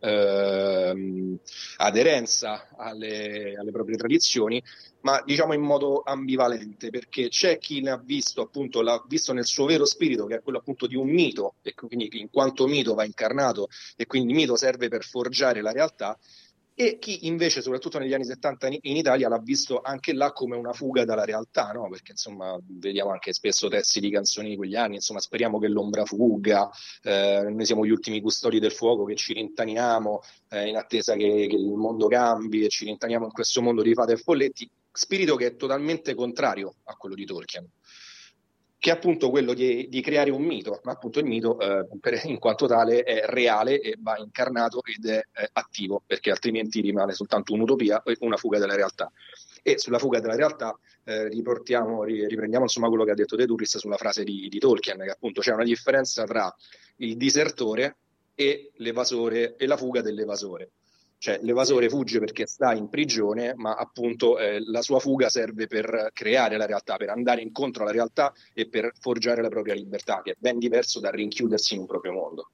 aderenza alle proprie tradizioni, ma diciamo in modo ambivalente, perché c'è chi l'ha visto nel suo vero spirito, che è quello appunto di un mito, e quindi in quanto mito va incarnato, e quindi il mito serve per forgiare la realtà, e chi invece, soprattutto negli anni 70 in Italia, l'ha visto anche là come una fuga dalla realtà, no? Perché insomma vediamo anche spesso testi di canzoni di quegli anni, insomma speriamo che l'ombra fugga, noi siamo gli ultimi custodi del fuoco che ci rintaniamo in attesa che il mondo cambi, e ci rintaniamo in questo mondo di fate e folletti, spirito che è totalmente contrario a quello di Tolkien, che è appunto quello di creare un mito, ma appunto il mito in quanto tale è reale e va incarnato ed è attivo, perché altrimenti rimane soltanto un'utopia e una fuga dalla realtà. E sulla fuga della realtà riprendiamo insomma quello che ha detto De Turris sulla frase di Tolkien, che appunto c'è una differenza tra il disertore e l'evasore, e la fuga dell'evasore. Cioè l'evasore fugge perché sta in prigione, ma appunto la sua fuga serve per creare la realtà, per andare incontro alla realtà e per forgiare la propria libertà, che è ben diverso dal rinchiudersi in un proprio mondo.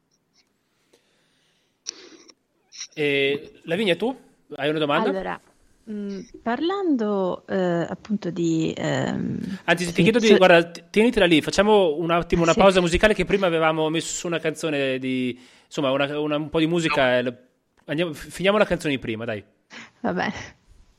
Lavinia, tu hai una domanda? Allora, parlando appunto di... Anzi, se ti chiedo guarda, tienitela lì, facciamo un attimo una pausa musicale, che prima avevamo messo su una canzone insomma un po' di musica. Finiamo la canzone di prima, dai. Va bene.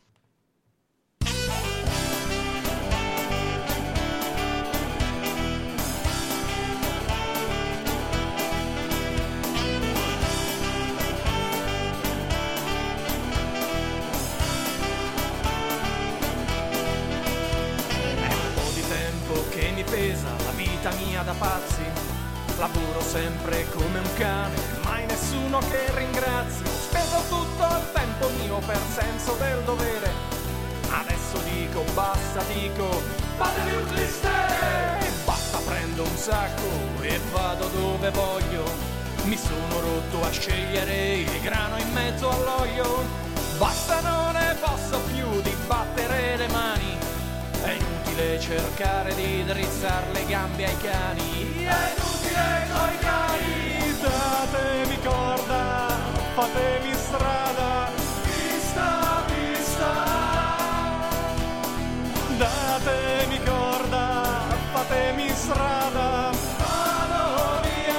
Che mi pesa la vita mia da pazzi, lavoro sempre come un cane, mai nessuno che ringrazio, ho speso tutto il tempo mio per senso del dovere, adesso dico basta, fatevi un clistè, basta, prendo un sacco e vado dove voglio, mi sono rotto a scegliere il grano in mezzo all'olio, basta, non ne posso più di battere le mani, è inutile cercare di drizzare le gambe ai cani, è inutile coi cani, datemi corda, fatemi strada, pista, datemi corda, fatemi strada, vado via.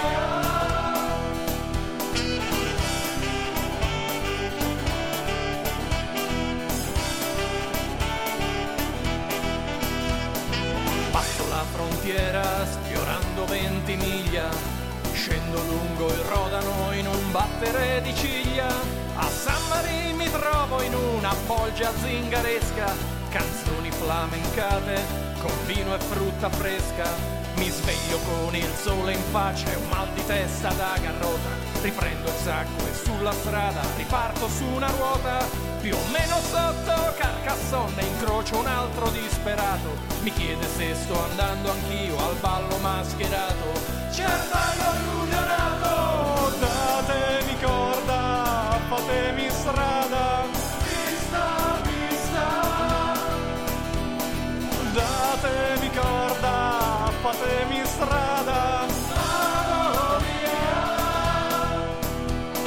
Passo la frontiera sfiorando 20 miglia, scendo lungo il Rodano in un battere di ciglia, a San Marino mi trovo in una bolgia zingaresca, canzoni flamencate con vino e frutta fresca, mi sveglio con il sole in faccia e un mal di testa da garrota, riprendo il sacco e sulla strada riparto su una ruota, più o meno sotto Carcassonne incrocio un altro disperato, mi chiede se sto andando anch'io al ballo mascherato, cervello illusionato, datemi corda, fatemi strada, pista, datemi corda, fatemi strada, vado via.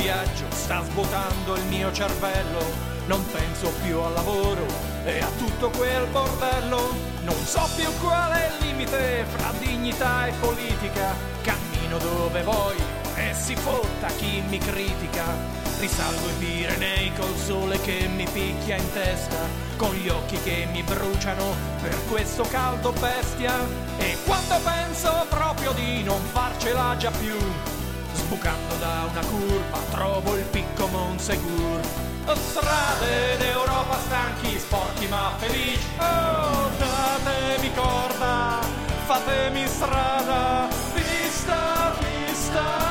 viaggio sta svuotando il mio cervello. Non penso più al lavoro e a tutto quel bordello. Non so più qual è il limite fra dignità e politica. Cammino dove voglio e si fotta chi mi critica. Risalgo i Pirenei col sole che mi picchia in testa, con gli occhi che mi bruciano per questo caldo bestia. E quando penso proprio di non farcela già più, sbucando da una curva trovo il picco Monsegur. Strade d'Europa stanchi, sporchi ma felici. Oh, datemi corda, fatemi strada, pista, pista.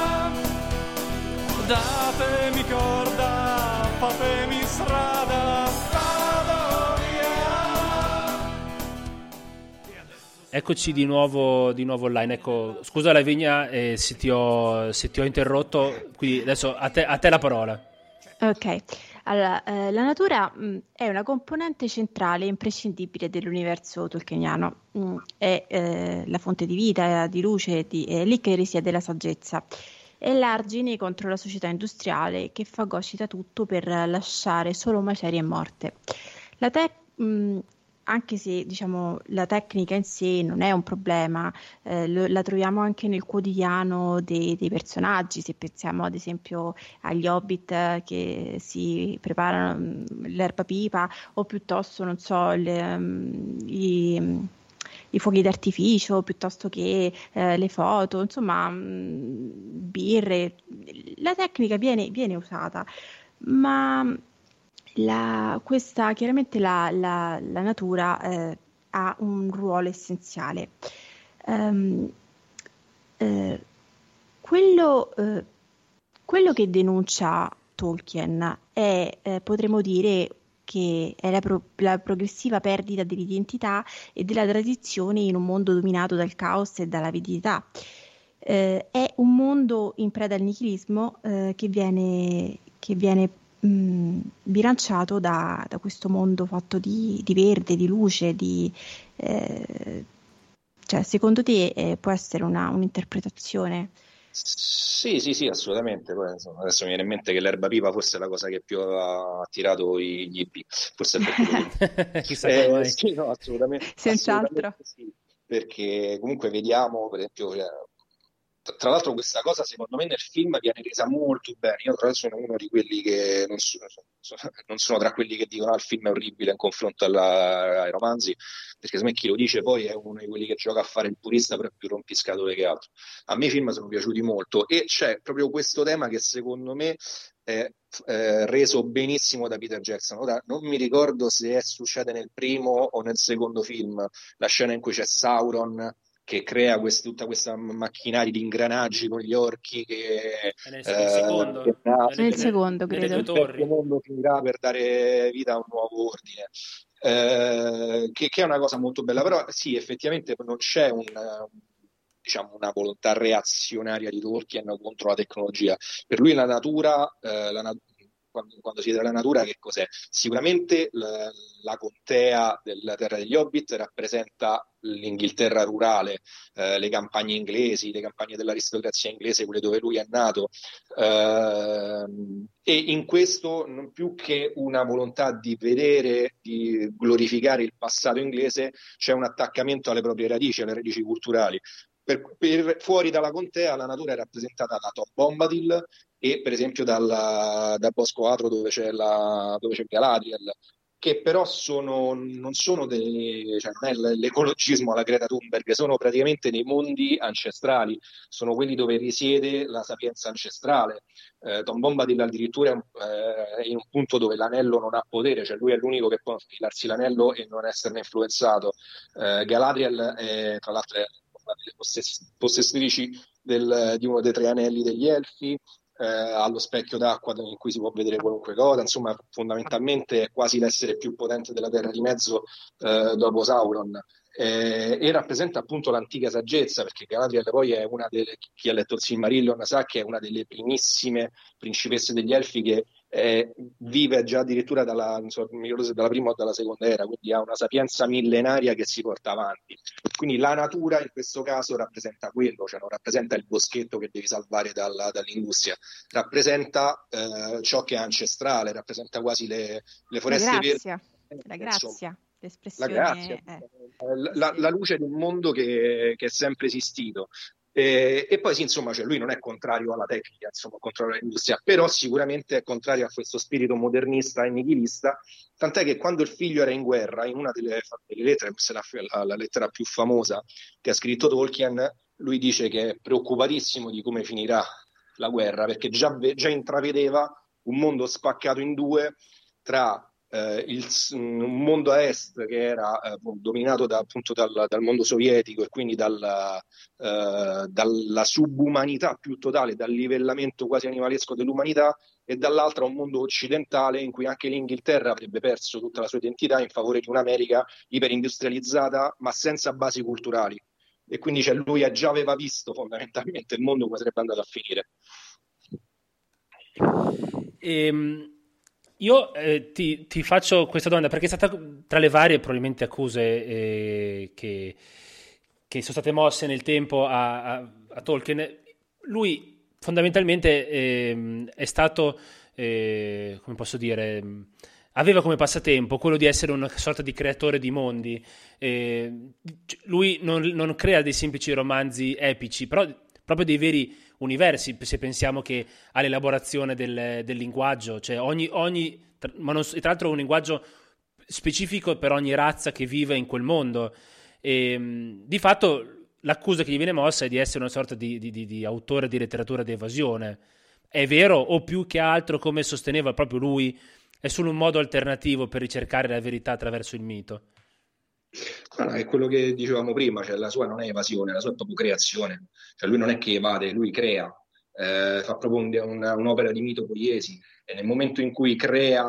Datemi corda, fatemi strada, vado via. Eccoci di nuovo online. Ecco, scusa Lavinia se ti ho interrotto, quindi adesso a te la parola. Ok, allora, la natura è una componente centrale e imprescindibile dell'universo tolkieniano, è la fonte di vita, di luce, è lì che risiede la saggezza. È l'argine contro la società industriale che fagocita tutto per lasciare solo macerie e morte. Anche se diciamo la tecnica in sé non è un problema, la troviamo anche nel quotidiano dei personaggi. Se pensiamo ad esempio agli hobbit che si preparano l'erba pipa, o piuttosto non so i fuochi d'artificio, piuttosto che le foto, insomma, birre. La tecnica viene usata, ma chiaramente la natura ha un ruolo essenziale. Quello che denuncia Tolkien è, potremmo dire, che è la progressiva perdita dell'identità e della tradizione in un mondo dominato dal caos e dall'avidità. È un mondo in preda al nichilismo che viene bilanciato da questo mondo fatto di verde, di luce, cioè, secondo te può essere un'interpretazione? Sì, assolutamente. Poi, insomma, adesso mi viene in mente che l'erba pipa forse è la cosa che più ha attirato gli hippie, forse è per quello. Chissà come mai. Sì, no, assolutamente, Senz'altro. assolutamente sì, perché comunque vediamo, per esempio, tra l'altro questa cosa secondo me nel film viene resa molto bene. Io tra l'altro sono uno di quelli che non sono tra quelli che dicono il film è orribile in confronto ai romanzi, perché secondo me chi lo dice poi è uno di quelli che gioca a fare il purista, però è più rompiscatole che altro. A me i film sono piaciuti molto e c'è proprio questo tema che secondo me è reso benissimo da Peter Jackson. Ora non mi ricordo se succede nel primo o nel secondo film, la scena in cui c'è Sauron che crea tutta questa macchinaria di ingranaggi con gli orchi che nel secondo, nel secondo credo. Nelle due torri. Il mondo finirà per dare vita a un nuovo ordine, che è una cosa molto bella, però sì, effettivamente non c'è una volontà reazionaria di Tolkien contro la tecnologia. Per lui la natura, quando si vede la natura, che cos'è? Sicuramente la contea della terra degli Hobbit rappresenta l'Inghilterra rurale, le campagne inglesi, le campagne dell'aristocrazia inglese, quelle dove lui è nato, e in questo non più che una volontà di vedere, di glorificare il passato inglese, c'è un attaccamento alle proprie radici, alle radici culturali. Fuori dalla contea la natura è rappresentata da Tom Bombadil e per esempio da Bosco Atro dove c'è Galadriel, che però non sono cioè non è l'ecologismo alla Greta Thunberg, sono praticamente dei mondi ancestrali, sono quelli dove risiede la sapienza ancestrale. Tom Bombadil addirittura è in un punto dove l'anello non ha potere, cioè lui è l'unico che può infilarsi l'anello e non esserne influenzato. Galadriel è, tra l'altro, è una delle possessorici di uno dei 3 anelli degli Elfi, allo specchio d'acqua in cui si può vedere qualunque cosa, insomma fondamentalmente è quasi l'essere più potente della Terra di Mezzo dopo Sauron, e rappresenta appunto l'antica saggezza, perché Galadriel poi è chi ha letto il Silmarillion sa che è una delle primissime principesse degli Elfi che vive già addirittura dalla prima o dalla seconda era, quindi ha una sapienza millenaria che si porta avanti. Quindi la natura in questo caso rappresenta quello, cioè non rappresenta il boschetto che devi salvare dall'industria, rappresenta ciò che è ancestrale, rappresenta quasi le foreste verdi. La grazia, l'espressione. La grazia, la luce di un mondo che è sempre esistito. E poi sì, insomma, cioè lui non è contrario alla tecnica, insomma, contrario all'industria, però sicuramente è contrario a questo spirito modernista e nichilista, tant'è che quando il figlio era in guerra, in una delle lettere, questa è la lettera più famosa che ha scritto Tolkien, lui dice che è preoccupatissimo di come finirà la guerra, perché già intravedeva un mondo spaccato in due tra un mondo a est che era dominato appunto dal mondo sovietico e quindi dalla subumanità più totale, dal livellamento quasi animalesco dell'umanità, e dall'altra un mondo occidentale in cui anche l'Inghilterra avrebbe perso tutta la sua identità in favore di un'America iperindustrializzata ma senza basi culturali, e quindi lui già aveva visto fondamentalmente il mondo come sarebbe andato a finire. Io ti faccio questa domanda perché è stata tra le varie probabilmente accuse che sono state mosse nel tempo a Tolkien. Lui fondamentalmente è stato, come posso dire, aveva come passatempo quello di essere una sorta di creatore di mondi. Lui non crea dei semplici romanzi epici, però proprio dei veri universi, se pensiamo che all'elaborazione del linguaggio, cioè ma tra l'altro un linguaggio specifico per ogni razza che vive in quel mondo. Di fatto l'accusa che gli viene mossa è di essere una sorta di autore di letteratura d'evasione. È vero, o più che altro, come sosteneva proprio lui, è solo un modo alternativo per ricercare la verità attraverso il mito? No, è quello che dicevamo prima, cioè la sua non è evasione, la sua è proprio creazione, cioè lui non è che evade, lui crea, fa proprio un'opera di mito poiesi, e nel momento in cui crei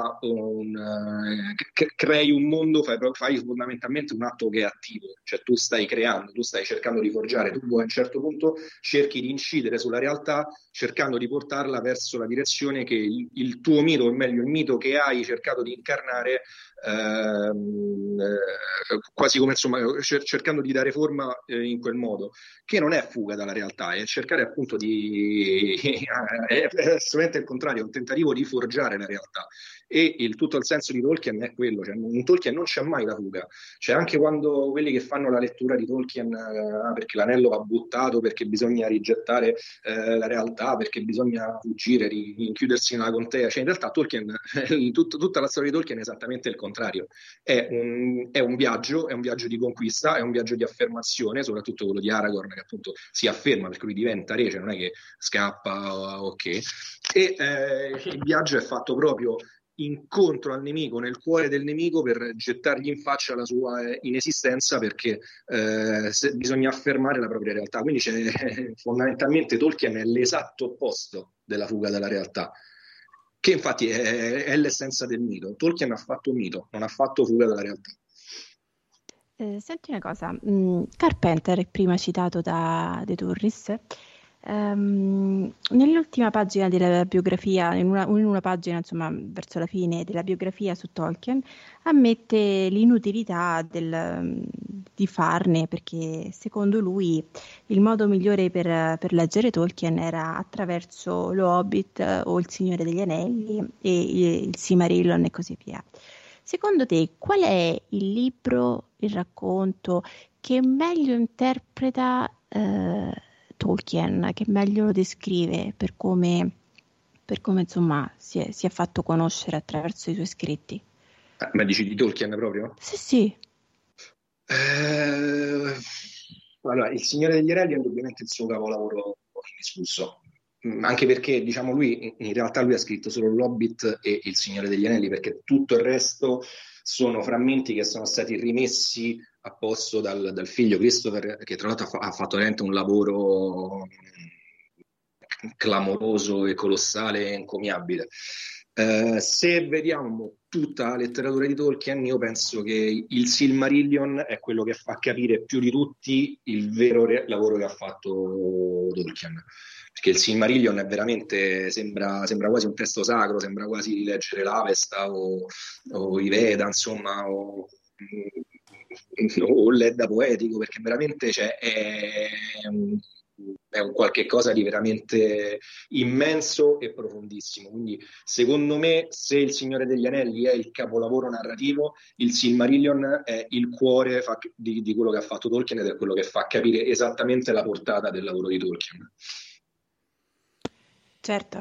un mondo fai fondamentalmente un atto che è attivo, cioè tu stai creando, tu stai cercando di forgiare, tu a un certo punto cerchi di incidere sulla realtà cercando di portarla verso la direzione che il tuo mito, o meglio il mito che hai cercato di incarnare, quasi come insomma cercando di dare forma in quel modo, che non è fuga dalla realtà, è cercare appunto è assolutamente il contrario, è un tentativo di forgiare la realtà. E tutto il senso di Tolkien è quello, cioè in Tolkien non c'è mai la fuga, cioè anche quando quelli che fanno la lettura di Tolkien perché l'anello va buttato, perché bisogna rigettare la realtà, perché bisogna fuggire, rinchiudersi nella contea, cioè in realtà Tolkien tutta la storia di Tolkien è esattamente il contrario, è un viaggio di conquista, è un viaggio di affermazione, soprattutto quello di Aragorn, che appunto si afferma perché lui diventa re, cioè non è che scappa, ok, e il viaggio è fatto proprio incontro al nemico, nel cuore del nemico, per gettargli in faccia la sua inesistenza, perché bisogna affermare la propria realtà. Quindi fondamentalmente Tolkien è l'esatto opposto della fuga dalla realtà, che infatti è l'essenza del mito. Tolkien ha fatto mito, non ha fatto fuga dalla realtà. Senti una cosa, Carpenter, prima citato da De Turris, nell'ultima pagina della biografia, in una pagina insomma verso la fine della biografia su Tolkien, ammette l'inutilità di farne, perché secondo lui il modo migliore per leggere Tolkien era attraverso lo Hobbit o il Signore degli Anelli e il Silmarillion e così via. Secondo te qual è il libro, il racconto che meglio interpreta Tolkien, che meglio lo descrive per come insomma si è fatto conoscere attraverso i suoi scritti? Ma dici di Tolkien proprio? Sì. Allora, Il Signore degli Anelli è indubbiamente il suo capolavoro indiscusso, anche perché diciamo lui in realtà ha scritto solo l'Hobbit e Il Signore degli Anelli, perché tutto il resto sono frammenti che sono stati rimessi a posto dal figlio Christopher, che tra l'altro ha fatto veramente un lavoro clamoroso e colossale e encomiabile. Se vediamo tutta la letteratura di Tolkien, io penso che il Silmarillion è quello che fa capire più di tutti il vero lavoro che ha fatto Tolkien, perché il Silmarillion è veramente, sembra quasi un testo sacro, sembra quasi di leggere l'Avesta o i Veda, insomma, o l'Edda poetico, perché veramente è un qualche cosa di veramente immenso e profondissimo. Quindi secondo me, se Il Signore degli Anelli è il capolavoro narrativo, il Silmarillion è il cuore di quello che ha fatto Tolkien ed è quello che fa capire esattamente la portata del lavoro di Tolkien. Certo.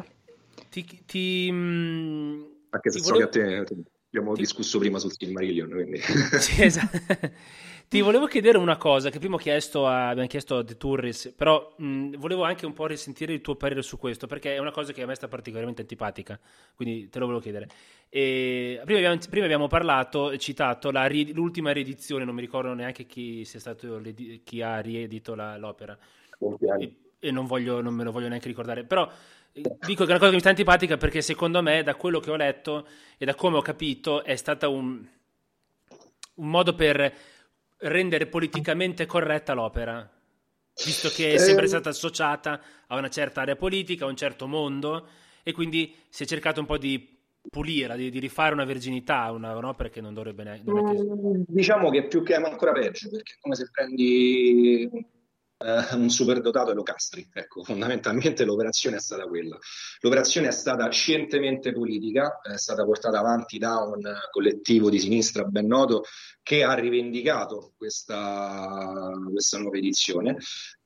Anche se so che a te abbiamo discusso prima sul Silmarillion, quindi... Sì, esatto. Ti volevo chiedere una cosa che prima abbiamo chiesto a The Turris, però volevo anche un po' risentire il tuo parere su questo, perché è una cosa che a me sta particolarmente antipatica, quindi te lo volevo chiedere. Prima abbiamo parlato, citato l'ultima riedizione, non mi ricordo neanche chi sia stato chi ha riedito l'opera, e non me lo voglio neanche ricordare, però dico che è una cosa che mi sta antipatica perché secondo me, da quello che ho letto e da come ho capito, è stata un modo per rendere politicamente corretta l'opera, visto che è sempre stata associata a una certa area politica, a un certo mondo, e quindi si è cercato un po' di pulire, di rifare una verginità, un'opera che non dovrebbe neanche... Diciamo che più che ancora peggio, perché è come se prendi un superdotato e lo castri. Ecco, fondamentalmente l'operazione è stata quella. L'operazione è stata scientemente politica, è stata portata avanti da un collettivo di sinistra ben noto che ha rivendicato questa nuova edizione.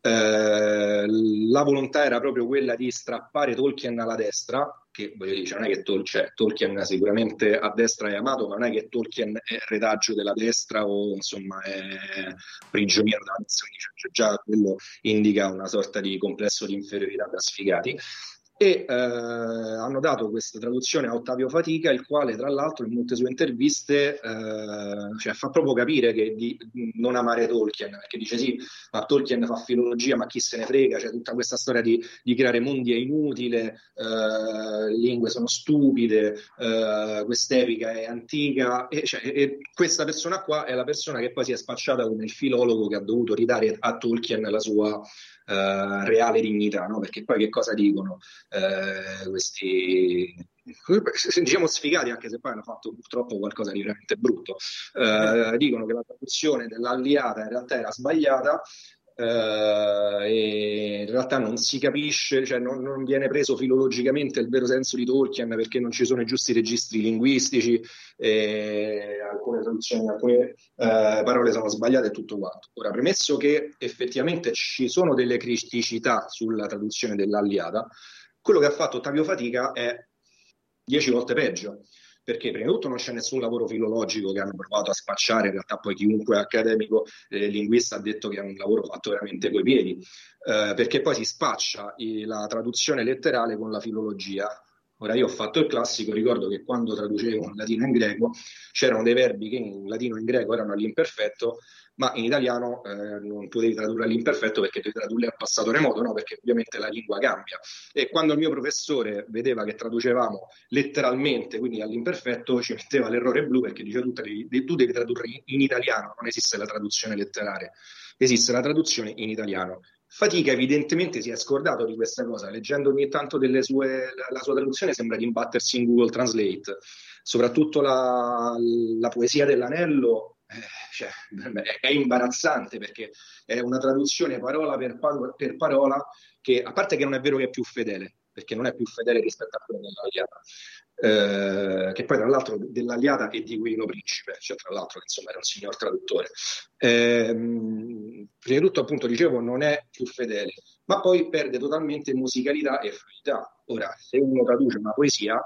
La volontà era proprio quella di strappare Tolkien alla destra, che voglio dire, non è che Tolkien sicuramente a destra è amato, ma non è che Tolkien è retaggio della destra o insomma è prigioniero della destra, cioè, già quello indica una sorta di complesso di inferiorità da sfigati. E hanno dato questa traduzione a Ottavio Fatica, il quale tra l'altro in molte sue interviste fa proprio capire che di non amare Tolkien, perché dice sì, ma Tolkien fa filologia, ma chi se ne frega, c'è tutta questa storia di creare mondi è inutile, le lingue sono stupide, quest'epica è antica, e questa persona qua è la persona che poi si è spacciata come il filologo che ha dovuto ridare a Tolkien la sua reale dignità, no? Perché poi che cosa dicono questi, diciamo, sfigati, anche se poi hanno fatto purtroppo qualcosa di veramente brutto, dicono che la traduzione dell'Alliata in realtà era sbagliata, e in realtà non si capisce, cioè non viene preso filologicamente il vero senso di Tolkien, perché non ci sono i giusti registri linguistici, alcune traduzioni, alcune parole sono sbagliate e tutto quanto. Ora, premesso che effettivamente ci sono delle criticità sulla traduzione dell'Alliata, quello che ha fatto Ottavio Fatica è 10 volte peggio, perché prima di tutto non c'è nessun lavoro filologico che hanno provato a spacciare, in realtà poi chiunque accademico linguista ha detto che è un lavoro fatto veramente coi piedi, perché poi si spaccia la traduzione letterale con la filologia. Ora, io ho fatto il classico, ricordo che quando traducevo in latino e in greco c'erano dei verbi che in latino e in greco erano all'imperfetto, ma in italiano non potevi tradurre all'imperfetto perché devi tradurre al passato remoto, no? Perché ovviamente la lingua cambia. E quando il mio professore vedeva che traducevamo letteralmente, quindi all'imperfetto, ci metteva l'errore blu, perché diceva tu devi tradurre in italiano, non esiste la traduzione letterale, esiste la traduzione in italiano. Fatica evidentemente si è scordato di questa cosa, leggendo ogni tanto la sua traduzione sembra di imbattersi in Google Translate, soprattutto la poesia dell'anello, è imbarazzante, perché è una traduzione parola per parola che, a parte che non è vero che è più fedele, perché non è più fedele rispetto a quello dell'Aliata, che poi tra l'altro dell'Aliata e di Guino Principe, cioè tra l'altro che insomma era un signor traduttore. Prima di tutto, appunto, dicevo, non è più fedele, ma poi perde totalmente musicalità e fluidità. Ora, se uno traduce una poesia,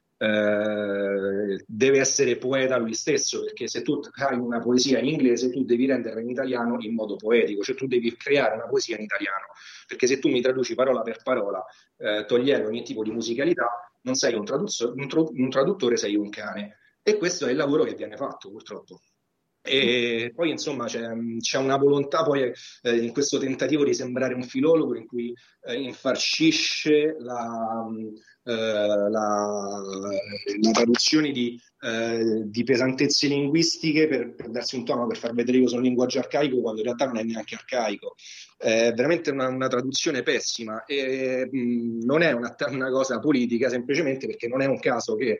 deve essere poeta lui stesso, perché se tu hai una poesia in inglese tu devi renderla in italiano in modo poetico, cioè tu devi creare una poesia in italiano, perché se tu mi traduci parola per parola togliendo ogni tipo di musicalità, non sei un traduttore, sei un cane, e questo è il lavoro che viene fatto purtroppo. E poi insomma c'è una volontà poi in questo tentativo di sembrare un filologo in cui infarcisce la traduzione di pesantezze linguistiche per darsi un tono, per far vedere che io sono un linguaggio arcaico, quando in realtà non è neanche arcaico. È veramente una traduzione pessima, e non è una cosa politica, semplicemente perché non è un caso che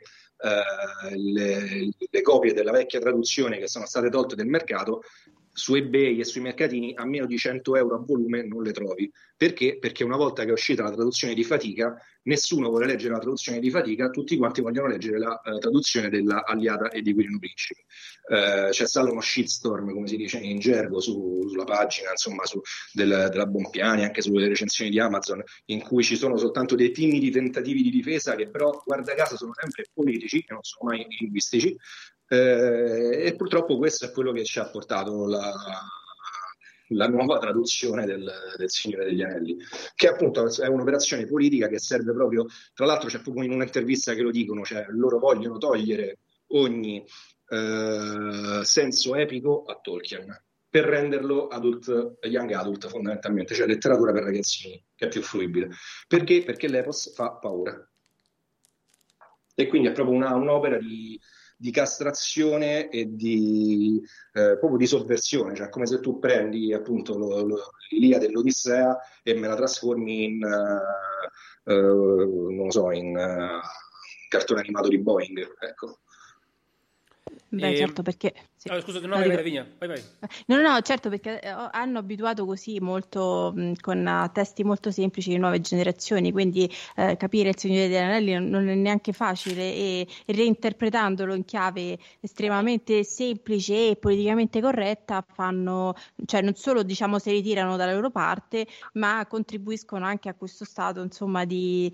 le copie della vecchia traduzione che sono state tolte del mercato su eBay e sui mercatini a meno di 100 euro a volume non le trovi. Perché? Perché una volta che è uscita la traduzione di Fatica, nessuno vuole leggere la traduzione di Fatica, tutti quanti vogliono leggere la traduzione della Aliata e di Quirino Principe. C'è stato uno shitstorm, come si dice in gergo, sulla pagina, insomma, della Bompiani, anche sulle recensioni di Amazon, in cui ci sono soltanto dei timidi tentativi di difesa che però, guarda caso, sono sempre politici e non sono mai linguistici. E purtroppo questo è quello che ci ha portato la nuova traduzione del Signore degli Anelli, che appunto è un'operazione politica che serve proprio, tra l'altro c'è proprio in un'intervista che lo dicono, cioè loro vogliono togliere ogni senso epico a Tolkien per renderlo young adult, fondamentalmente, cioè letteratura per ragazzini, che è più fruibile. Perché? Perché l'epos fa paura, e quindi è proprio un'opera di castrazione e proprio di sovversione, cioè come se tu prendi appunto l'Iliade dell'Odissea e me la trasformi in non lo so, in cartone animato di Boeing, ecco. Beh, certo, perché sì. Scusa, vai, Vigna, vai. No, certo, perché hanno abituato così molto con testi molto semplici le nuove generazioni, quindi capire il Signore degli Anelli non è neanche facile, e reinterpretandolo in chiave estremamente semplice e politicamente corretta fanno, cioè non solo diciamo si ritirano dalla loro parte, ma contribuiscono anche a questo stato, insomma, di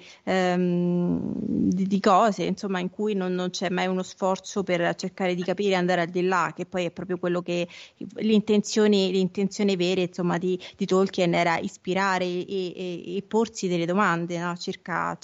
cose, insomma, in cui non c'è mai uno sforzo per cercare di capire e andare al di là, che poi è proprio quello che l'intenzione vera, insomma, di Tolkien era ispirare e porsi delle domande, no? circa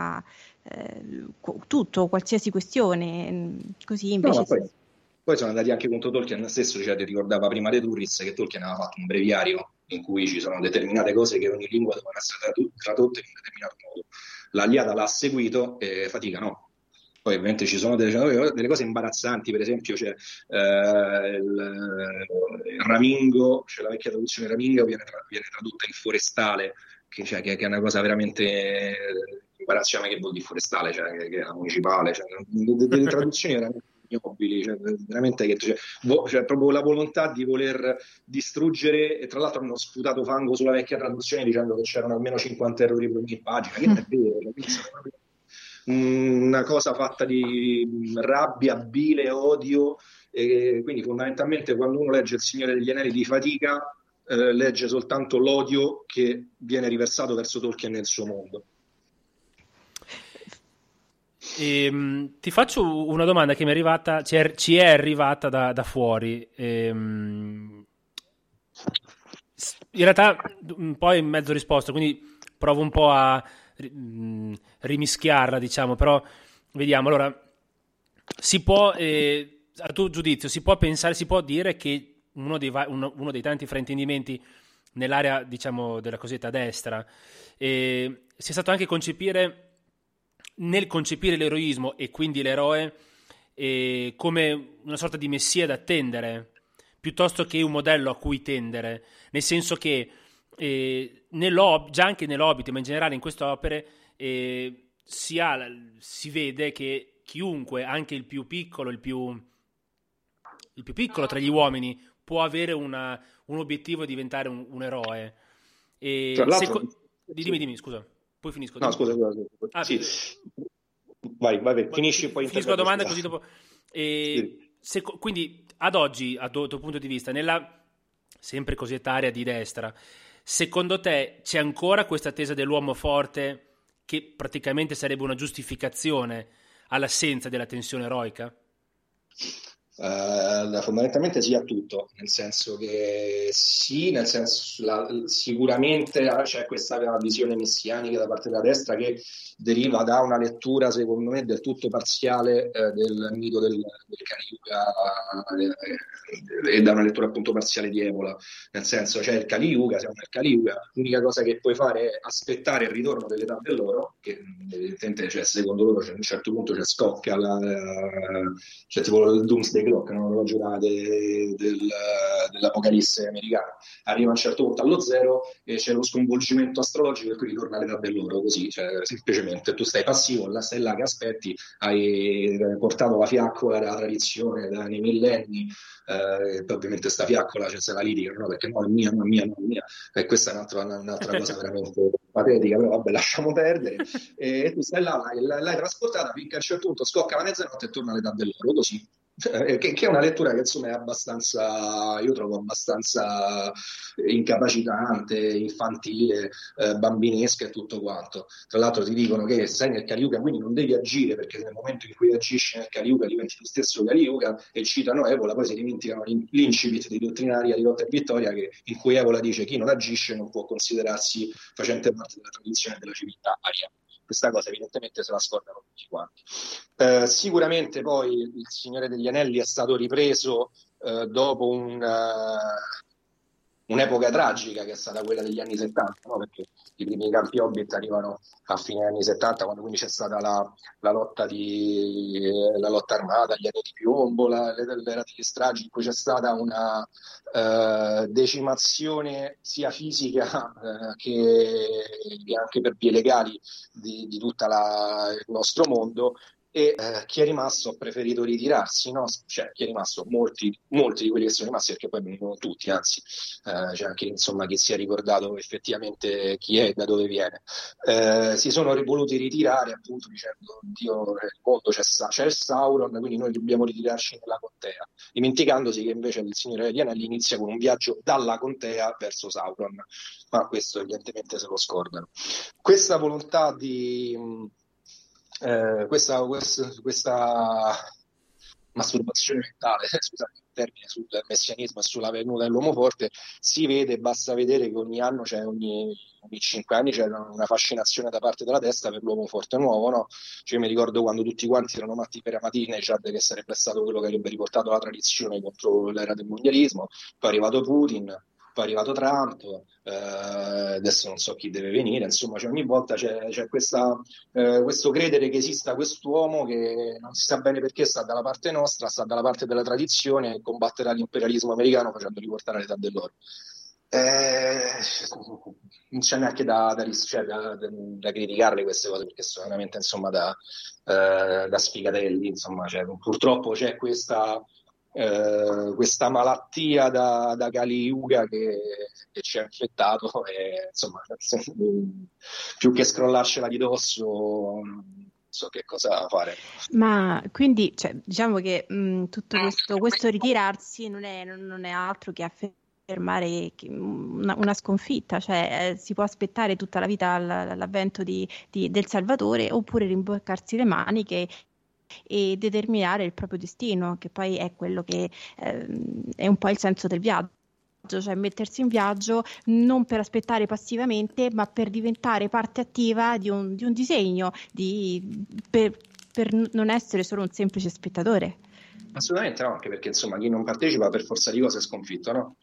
tutto, qualsiasi questione, così invece poi sono andati anche contro Tolkien stesso, cioè ti ricordava prima De Turris che Tolkien aveva fatto un breviario in cui ci sono determinate cose che ogni lingua devono essere tradotte in un determinato modo. L'Aliada l'ha seguito e Fatica no. Poi ovviamente ci sono delle cose imbarazzanti, per esempio c'è il Ramingo, cioè la vecchia traduzione Ramingo viene tradotta in forestale, che è una cosa veramente imbarazzante. Che vuol dire forestale, cioè che è la municipale, cioè, delle traduzioni veramente ignobili, cioè, veramente cioè, proprio la volontà di voler distruggere, e tra l'altro hanno sputato fango sulla vecchia traduzione dicendo che c'erano almeno 50 errori per ogni pagina, che non è vero, proprio una cosa fatta di rabbia, bile, odio, e quindi fondamentalmente quando uno legge Il Signore degli Anelli di Fatica legge soltanto l'odio che viene riversato verso Tolkien nel suo mondo. Ti faccio una domanda che mi è arrivata, ci è arrivata da fuori. In realtà un po' in mezzo risposta, quindi provo un po' a rimischiarla, diciamo, però vediamo. Allora, si può, a tuo giudizio, si può pensare, si può dire che uno dei tanti fraintendimenti nell'area, diciamo, della cosiddetta destra sia stato anche nel concepire l'eroismo e quindi l'eroe come una sorta di messia da attendere, piuttosto che un modello a cui tendere, nel senso che già anche nell'Hobbit, ma in generale in queste opere si vede che chiunque, anche il più piccolo tra gli uomini, può avere un obiettivo e diventare un eroe. Dimmi, scusa, poi finisco. No, scusa. Sì. Vai, finisci poi. Finisco la domanda così dopo. Sì. Quindi, ad oggi, a tuo punto di vista, nella sempre cosiddetta area di destra, secondo te c'è ancora questa attesa dell'uomo forte che praticamente sarebbe una giustificazione all'assenza della tensione eroica? Fondamentalmente sì a tutto, nel senso che sì, sicuramente c'è questa visione messianica da parte della destra che deriva da una lettura, secondo me, del tutto parziale del mito del Kali Yuga e da una lettura appunto parziale di Evola, nel senso c'è il Kali Yuga, siamo nel Kali Yuga, l'unica cosa che puoi fare è aspettare il ritorno dell'età dell'oro, che evidentemente secondo loro a un certo punto scoppia c'è tipo il Doomsday Clock, no? L'orologio dell'Apocalisse americana, arriva a un certo punto allo zero e c'è lo sconvolgimento astrologico e quindi ritorna all'età dell'oro, così, cioè, semplicemente tu stai passivo, stai là che aspetti, hai portato la fiaccola della tradizione nei millenni, poi ovviamente sta fiaccola c'è la lirica, no? Perché no, è mia, non è mia, non è mia, e questa è un'altra cosa veramente patetica, però vabbè, lasciamo perdere, e tu stai là, l'hai trasportata finché a un certo punto scocca la mezzanotte e torna all'età dell'oro, così. Che è una lettura che insomma è abbastanza, io trovo abbastanza incapacitante, infantile, bambinesca e tutto quanto. Tra l'altro ti dicono che sei nel Kali Yuga, quindi non devi agire, perché nel momento in cui agisci nel Kali Yuga diventi tu stesso Kali Yuga, e citano Evola, poi si dimenticano l'incipit di Dottrinari di Lotta e Vittoria, in cui Evola dice chi non agisce non può considerarsi facente parte della tradizione della civiltà aria. Questa cosa evidentemente se la scordano tutti quanti. Sicuramente poi il Signore degli Anelli è stato ripreso dopo un'epoca tragica che è stata quella degli anni 70, no? Perché i primi campi Hobbit arrivano a fine anni 70, quando quindi c'è stata la lotta armata, gli anni di piombo, l'era degli stragi, in cui c'è stata una decimazione sia fisica che anche per vie legali di tutto il nostro mondo. E chi è rimasto ha preferito ritirarsi, no? Cioè chi è rimasto, molti di quelli che sono rimasti, perché poi non tutti, anzi c'è anche insomma chi si è ricordato effettivamente chi è e da dove viene, si sono voluti ritirare appunto dicendo Dio, nel mondo c'è il Sauron, quindi noi dobbiamo ritirarci nella contea, dimenticandosi che invece il Signore degli Anelli inizia con un viaggio dalla contea verso Sauron, ma questo evidentemente se lo scordano. Questa volontà di questa masturbazione mentale, scusate il termine, sul messianismo e sulla venuta dell'uomo forte si vede, basta vedere che ogni anno ogni 5 anni c'è una fascinazione da parte della destra per l'uomo forte nuovo, no? Cioè, io mi ricordo quando tutti quanti erano matti per Ahmadinejad, che sarebbe stato quello che avrebbe riportato la tradizione contro l'era del mondialismo, poi è arrivato Putin, poi è arrivato Trump, adesso non so chi deve venire, insomma ogni volta c'è questo credere che esista quest'uomo che non si sa bene perché sta dalla parte nostra, sta dalla parte della tradizione e combatterà l'imperialismo americano facendo riportare l'età dell'oro. Non c'è neanche da criticarle queste cose, perché sono veramente insomma da sfigatelli, insomma, purtroppo c'è questa malattia da Kali Yuga che ci ha infettato, e insomma più che scrollarcela di dosso non so che cosa fare. Ma quindi diciamo che tutto questo ritirarsi non è altro che affermare una sconfitta, cioè si può aspettare tutta la vita l'avvento del Salvatore, oppure rimboccarsi le maniche e determinare il proprio destino, che poi è quello che è un po' il senso del viaggio, cioè mettersi in viaggio non per aspettare passivamente, ma per diventare parte attiva di un disegno, per non essere solo un semplice spettatore. Assolutamente no, anche perché insomma chi non partecipa per forza di cose è sconfitto, no?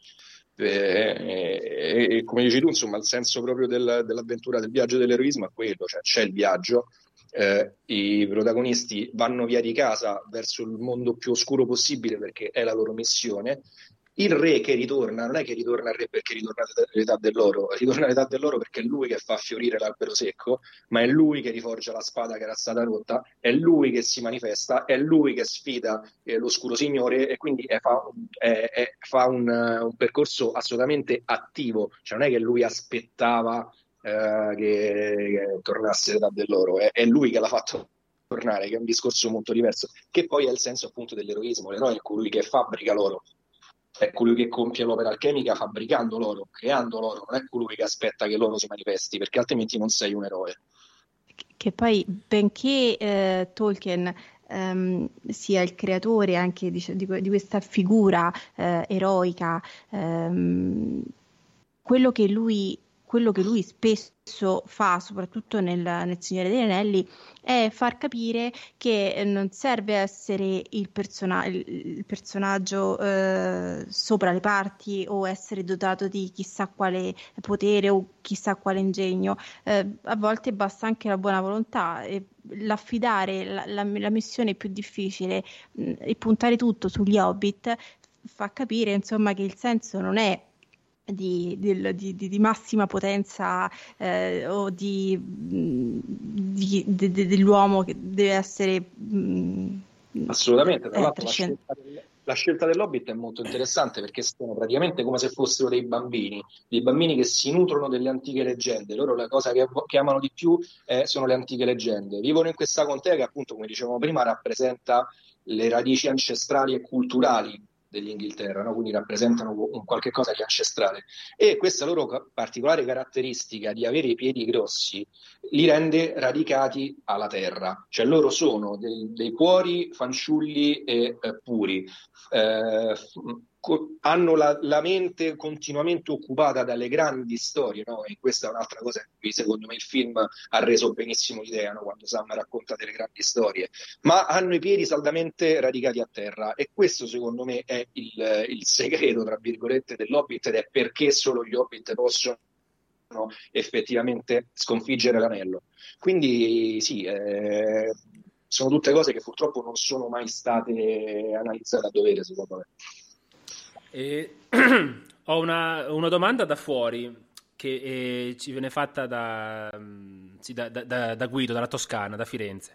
E come dici tu, insomma, il senso proprio dell'avventura, del viaggio dell'eroismo è quello, cioè c'è il viaggio, i protagonisti vanno via di casa verso il mondo più oscuro possibile perché è la loro missione. Il re che ritorna non è che ritorna il re perché ritorna all'età dell'oro, ritorna all'età dell'oro perché è lui che fa fiorire l'albero secco, ma è lui che riforgia la spada che era stata rotta, è lui che si manifesta, è lui che sfida l'oscuro signore, e quindi fa un percorso assolutamente attivo, cioè non è che lui aspettava che tornasse l'età dell'oro, è lui che l'ha fatto tornare, che è un discorso molto diverso, che poi è il senso appunto dell'eroismo. L'eroe è colui che fabbrica l'oro, è colui che compie l'opera alchemica fabbricando l'oro, creando l'oro, non è colui che aspetta che l'oro si manifesti, perché altrimenti non sei un eroe. Che poi, benché Tolkien sia il creatore anche di questa figura eroica, quello che lui spesso fa, soprattutto nel Signore degli Anelli, è far capire che non serve essere il personaggio sopra le parti o essere dotato di chissà quale potere o chissà quale ingegno. A volte basta anche la buona volontà. L'affidare la missione più difficile e puntare tutto sugli Hobbit fa capire, insomma, che il senso non è di massima potenza o dell'uomo che deve essere assolutamente. Tra l'altro la scelta dell'Hobbit è molto interessante, perché sono praticamente come se fossero dei bambini che si nutrono delle antiche leggende. Loro la cosa che amano di più sono le antiche leggende. Vivono in questa contea che, appunto, come dicevamo prima, rappresenta le radici ancestrali e culturali dell'Inghilterra, no? Quindi rappresentano un qualche cosa di ancestrale, e questa loro particolare caratteristica di avere i piedi grossi li rende radicati alla terra, cioè loro sono dei cuori fanciulli e puri, hanno la mente continuamente occupata dalle grandi storie, no? E questa è un'altra cosa in cui secondo me il film ha reso benissimo l'idea, no? Quando Sam racconta delle grandi storie, ma hanno i piedi saldamente radicati a terra, e questo secondo me è il segreto, tra virgolette, dell'Hobbit, ed è perché solo gli Hobbit possono effettivamente sconfiggere l'anello. Quindi sì, sono tutte cose che purtroppo non sono mai state analizzate a dovere, secondo me. Ho una domanda da fuori che ci viene fatta da Guido, dalla Toscana, da Firenze.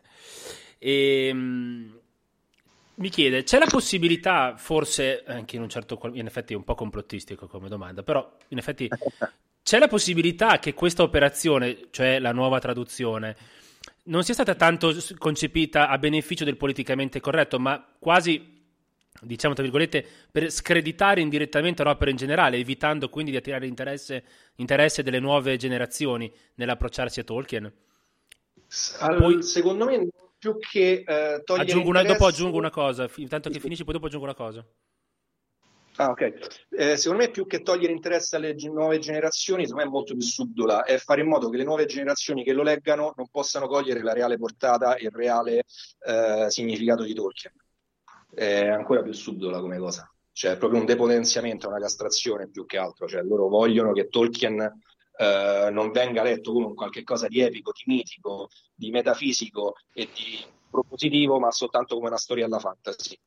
Mi chiede, c'è la possibilità, forse anche in effetti è un po' complottistico come domanda, però in effetti c'è la possibilità che questa operazione, cioè la nuova traduzione, non sia stata tanto concepita a beneficio del politicamente corretto, ma quasi, diciamo tra virgolette, per screditare indirettamente l'opera in generale, evitando quindi di attirare interesse delle nuove generazioni nell'approcciarsi a Tolkien? Poi, secondo me, più che togliere dopo aggiungo una cosa, intanto che finisci, poi dopo aggiungo una cosa. Ah, ok. Secondo me, più che togliere interesse alle nuove generazioni, secondo me è molto più subdola, è fare in modo che le nuove generazioni che lo leggano non possano cogliere la reale portata e il reale significato di Tolkien. È ancora più subdola come cosa, cioè è proprio un depotenziamento, una castrazione più che altro, cioè loro vogliono che Tolkien non venga letto come un qualche cosa di epico, di mitico, di metafisico e di propositivo, ma soltanto come una storia alla fantasy.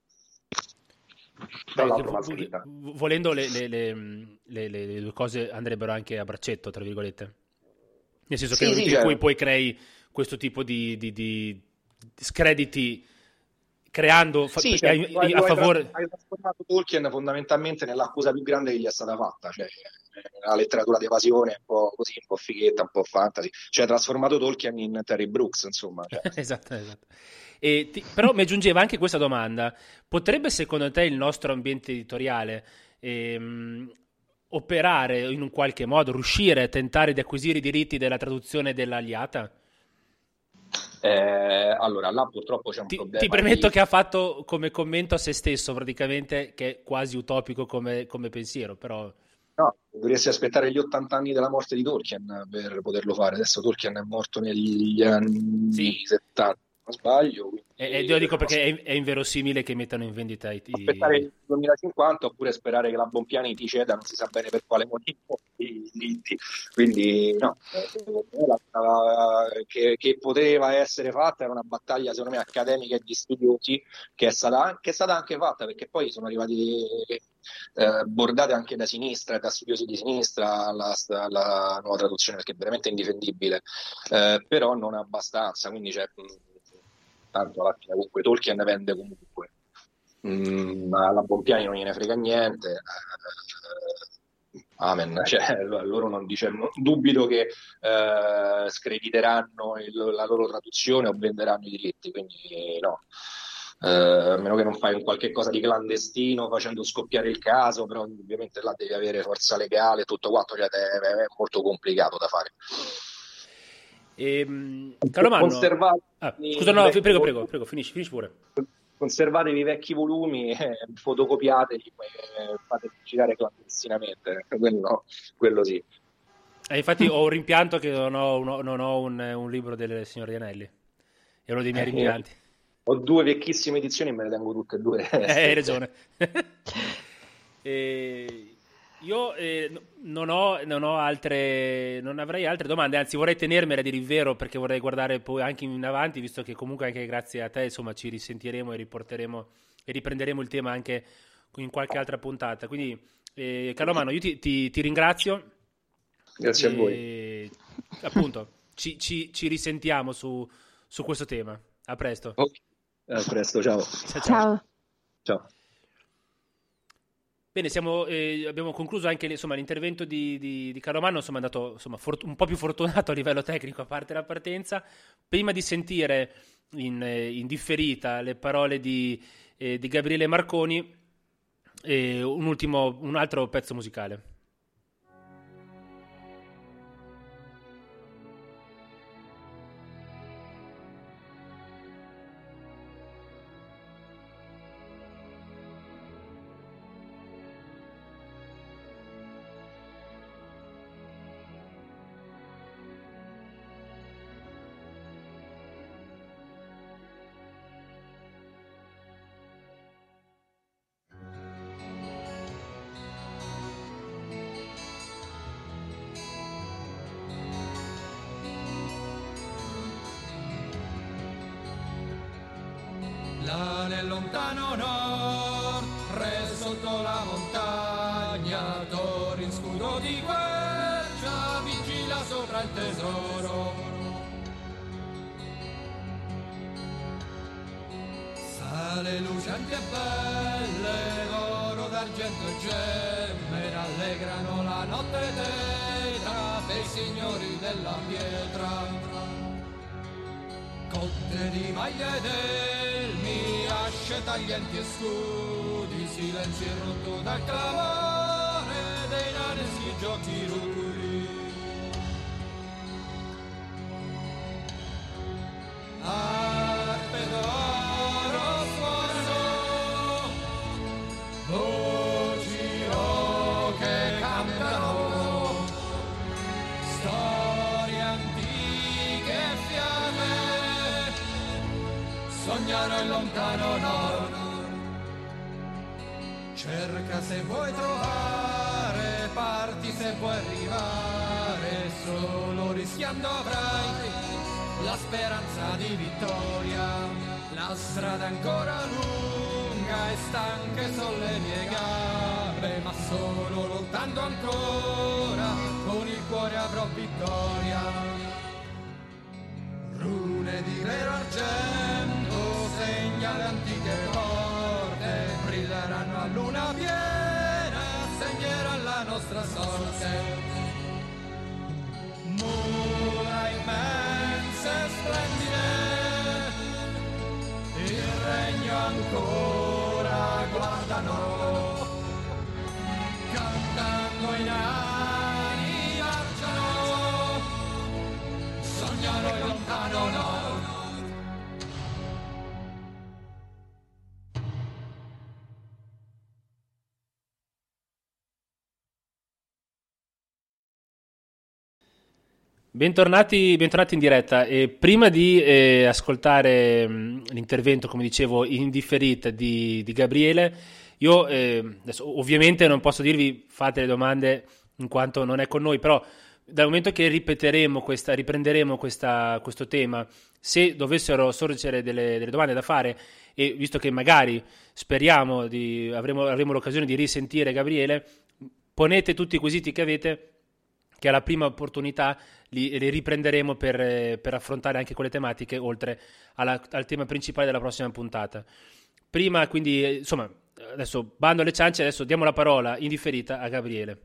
Volendo le due cose andrebbero anche a braccetto, tra virgolette, nel senso che nel momento in cui poi crei questo tipo di screditi, creando a favore. Hai trasformato Tolkien fondamentalmente nell'accusa più grande che gli è stata fatta, cioè la letteratura di evasione, un po' così, un po' fighetta, un po' fantasy, cioè ha trasformato Tolkien in Terry Brooks, insomma. Cioè. Esatto. Però mi aggiungeva anche questa domanda: potrebbe secondo te il nostro ambiente editoriale operare in un qualche modo, riuscire a tentare di acquisire i diritti della traduzione dell'Aliata? Allora, là purtroppo c'è un problema. Ti premetto che ha fatto come commento a se stesso, praticamente, che è quasi utopico come pensiero, però. No, dovresti aspettare gli 80 anni della morte di Tolkien per poterlo fare. Adesso Tolkien è morto negli anni 70, non sbaglio. Io dico perché è inverosimile che mettano in vendita aspettare il 2050 oppure sperare che la Bompiani ti ceda, non si sa bene per quale motivo, i diritti. Quindi no, che poteva essere fatta era una battaglia secondo me accademica e di studiosi che è stata anche fatta, perché poi sono arrivati bordate anche da sinistra e da studiosi di sinistra alla nuova traduzione, perché è veramente indifendibile, però non abbastanza, quindi c'è tanto alla fine comunque Tolkien vende comunque, ma la Bompiani non gliene frega niente, amen, cioè, loro non dubito che screditeranno la loro traduzione o venderanno i diritti, quindi no, a meno che non fai un qualche cosa di clandestino facendo scoppiare il caso, però ovviamente là devi avere forza legale e tutto quanto, cioè è molto complicato da fare. Calomano, conservatevi scusa, no, prego, finisci pure. Conservatevi i vecchi volumi, fotocopiateli, poi fateli girare clandestinamente, quello sì. Infatti ho un rimpianto che non ho un libro del signor Ianelli, è uno dei miei rimpianti. Ho 2 vecchissime edizioni e me le tengo tutte e 2. Hai ragione. Io non avrei altre domande, anzi vorrei tenermela, a dire il vero, perché vorrei guardare poi anche in avanti, visto che comunque anche grazie a te, insomma, ci risentiremo e riprenderemo il tema anche in qualche altra puntata. Quindi Calomano, io ti ringrazio. Grazie a voi. Appunto, ci risentiamo su questo tema. A presto. Okay. A presto, ciao. Ciao. Bene, abbiamo concluso anche l'intervento di Calomano, è andato un po' più fortunato a livello tecnico, a parte la partenza. Prima di sentire in differita le parole di Gabriele Marconi, un altro pezzo musicale. Là nel lontano nord, re sotto la montagna, Thor in scudo di quercia vigila sopra il tesoro. Sale lucenti e belle, oro d'argento e gemme, rallegrano la notte tetra dei signori della pietra. Cotte di maglie ed elmi, asce, taglienti e scudi, silenzi rotto dal clamore dei naneschi giochi rudi. Arpe d'oro suonano, voci che cantano, storie antiche e fiamme, sognano il lontano nord. Cerca se vuoi trovare, parti se vuoi arrivare, solo rischiando avrai la speranza di vittoria. La strada è ancora lunga e stanche sono le mie gambe, ma solo lottando ancora con il cuore avrò vittoria. Rune di vero argento, segnale antiche porte, brilleranno a luna piena, segneranno la nostra sorte. Mura immense e splendide, il regno ancora guardano, cantando i nani marciano, sognano il lontano nord. Bentornati in diretta. Prima di ascoltare l'intervento, come dicevo, in differita di Gabriele, io adesso ovviamente non posso dirvi fate le domande in quanto non è con noi, però dal momento che riprenderemo questo tema, se dovessero sorgere delle domande da fare, e visto che magari speriamo avremo l'occasione di risentire Gabriele, ponete tutti i quesiti che avete, che alla prima opportunità li riprenderemo per affrontare anche quelle tematiche, oltre al tema principale della prossima puntata. Prima, quindi, insomma, adesso bando alle ciance, adesso diamo la parola in differita a Gabriele.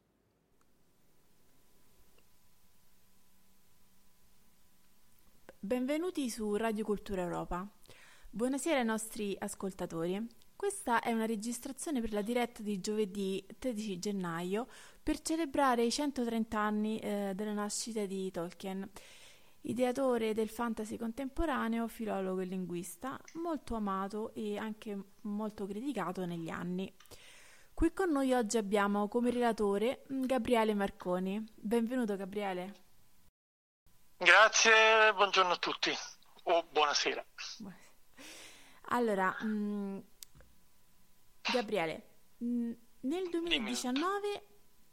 Benvenuti su Radio Cultura Europa. Buonasera ai nostri ascoltatori. Questa è una registrazione per la diretta di giovedì 13 gennaio per celebrare i 130 anni della nascita di Tolkien. ideatore del fantasy contemporaneo, filologo e linguista, molto amato e anche molto criticato negli anni. Qui con noi oggi abbiamo come relatore Gabriele Marconi. Benvenuto Gabriele. Grazie, buongiorno a tutti, o buonasera. Allora, Gabriele, nel 2019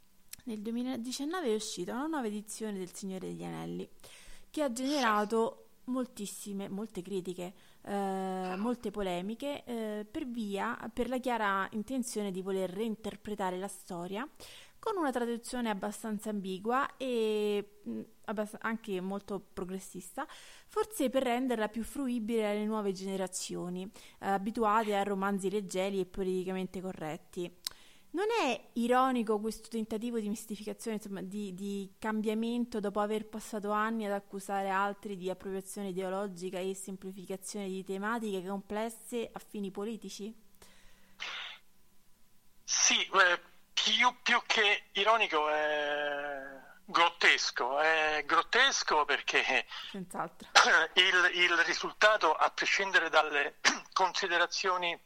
è uscita una nuova edizione del Signore degli Anelli che ha generato molte critiche, molte polemiche per la chiara intenzione di voler reinterpretare la storia con una traduzione abbastanza ambigua e anche molto progressista, forse per renderla più fruibile alle nuove generazioni, abituate a romanzi leggeri e politicamente corretti. Non è ironico questo tentativo di mistificazione, insomma, di cambiamento dopo aver passato anni ad accusare altri di appropriazione ideologica e semplificazione di tematiche complesse a fini politici? Sì, più che ironico è grottesco. È grottesco perché senz'altro il risultato, a prescindere dalle considerazioni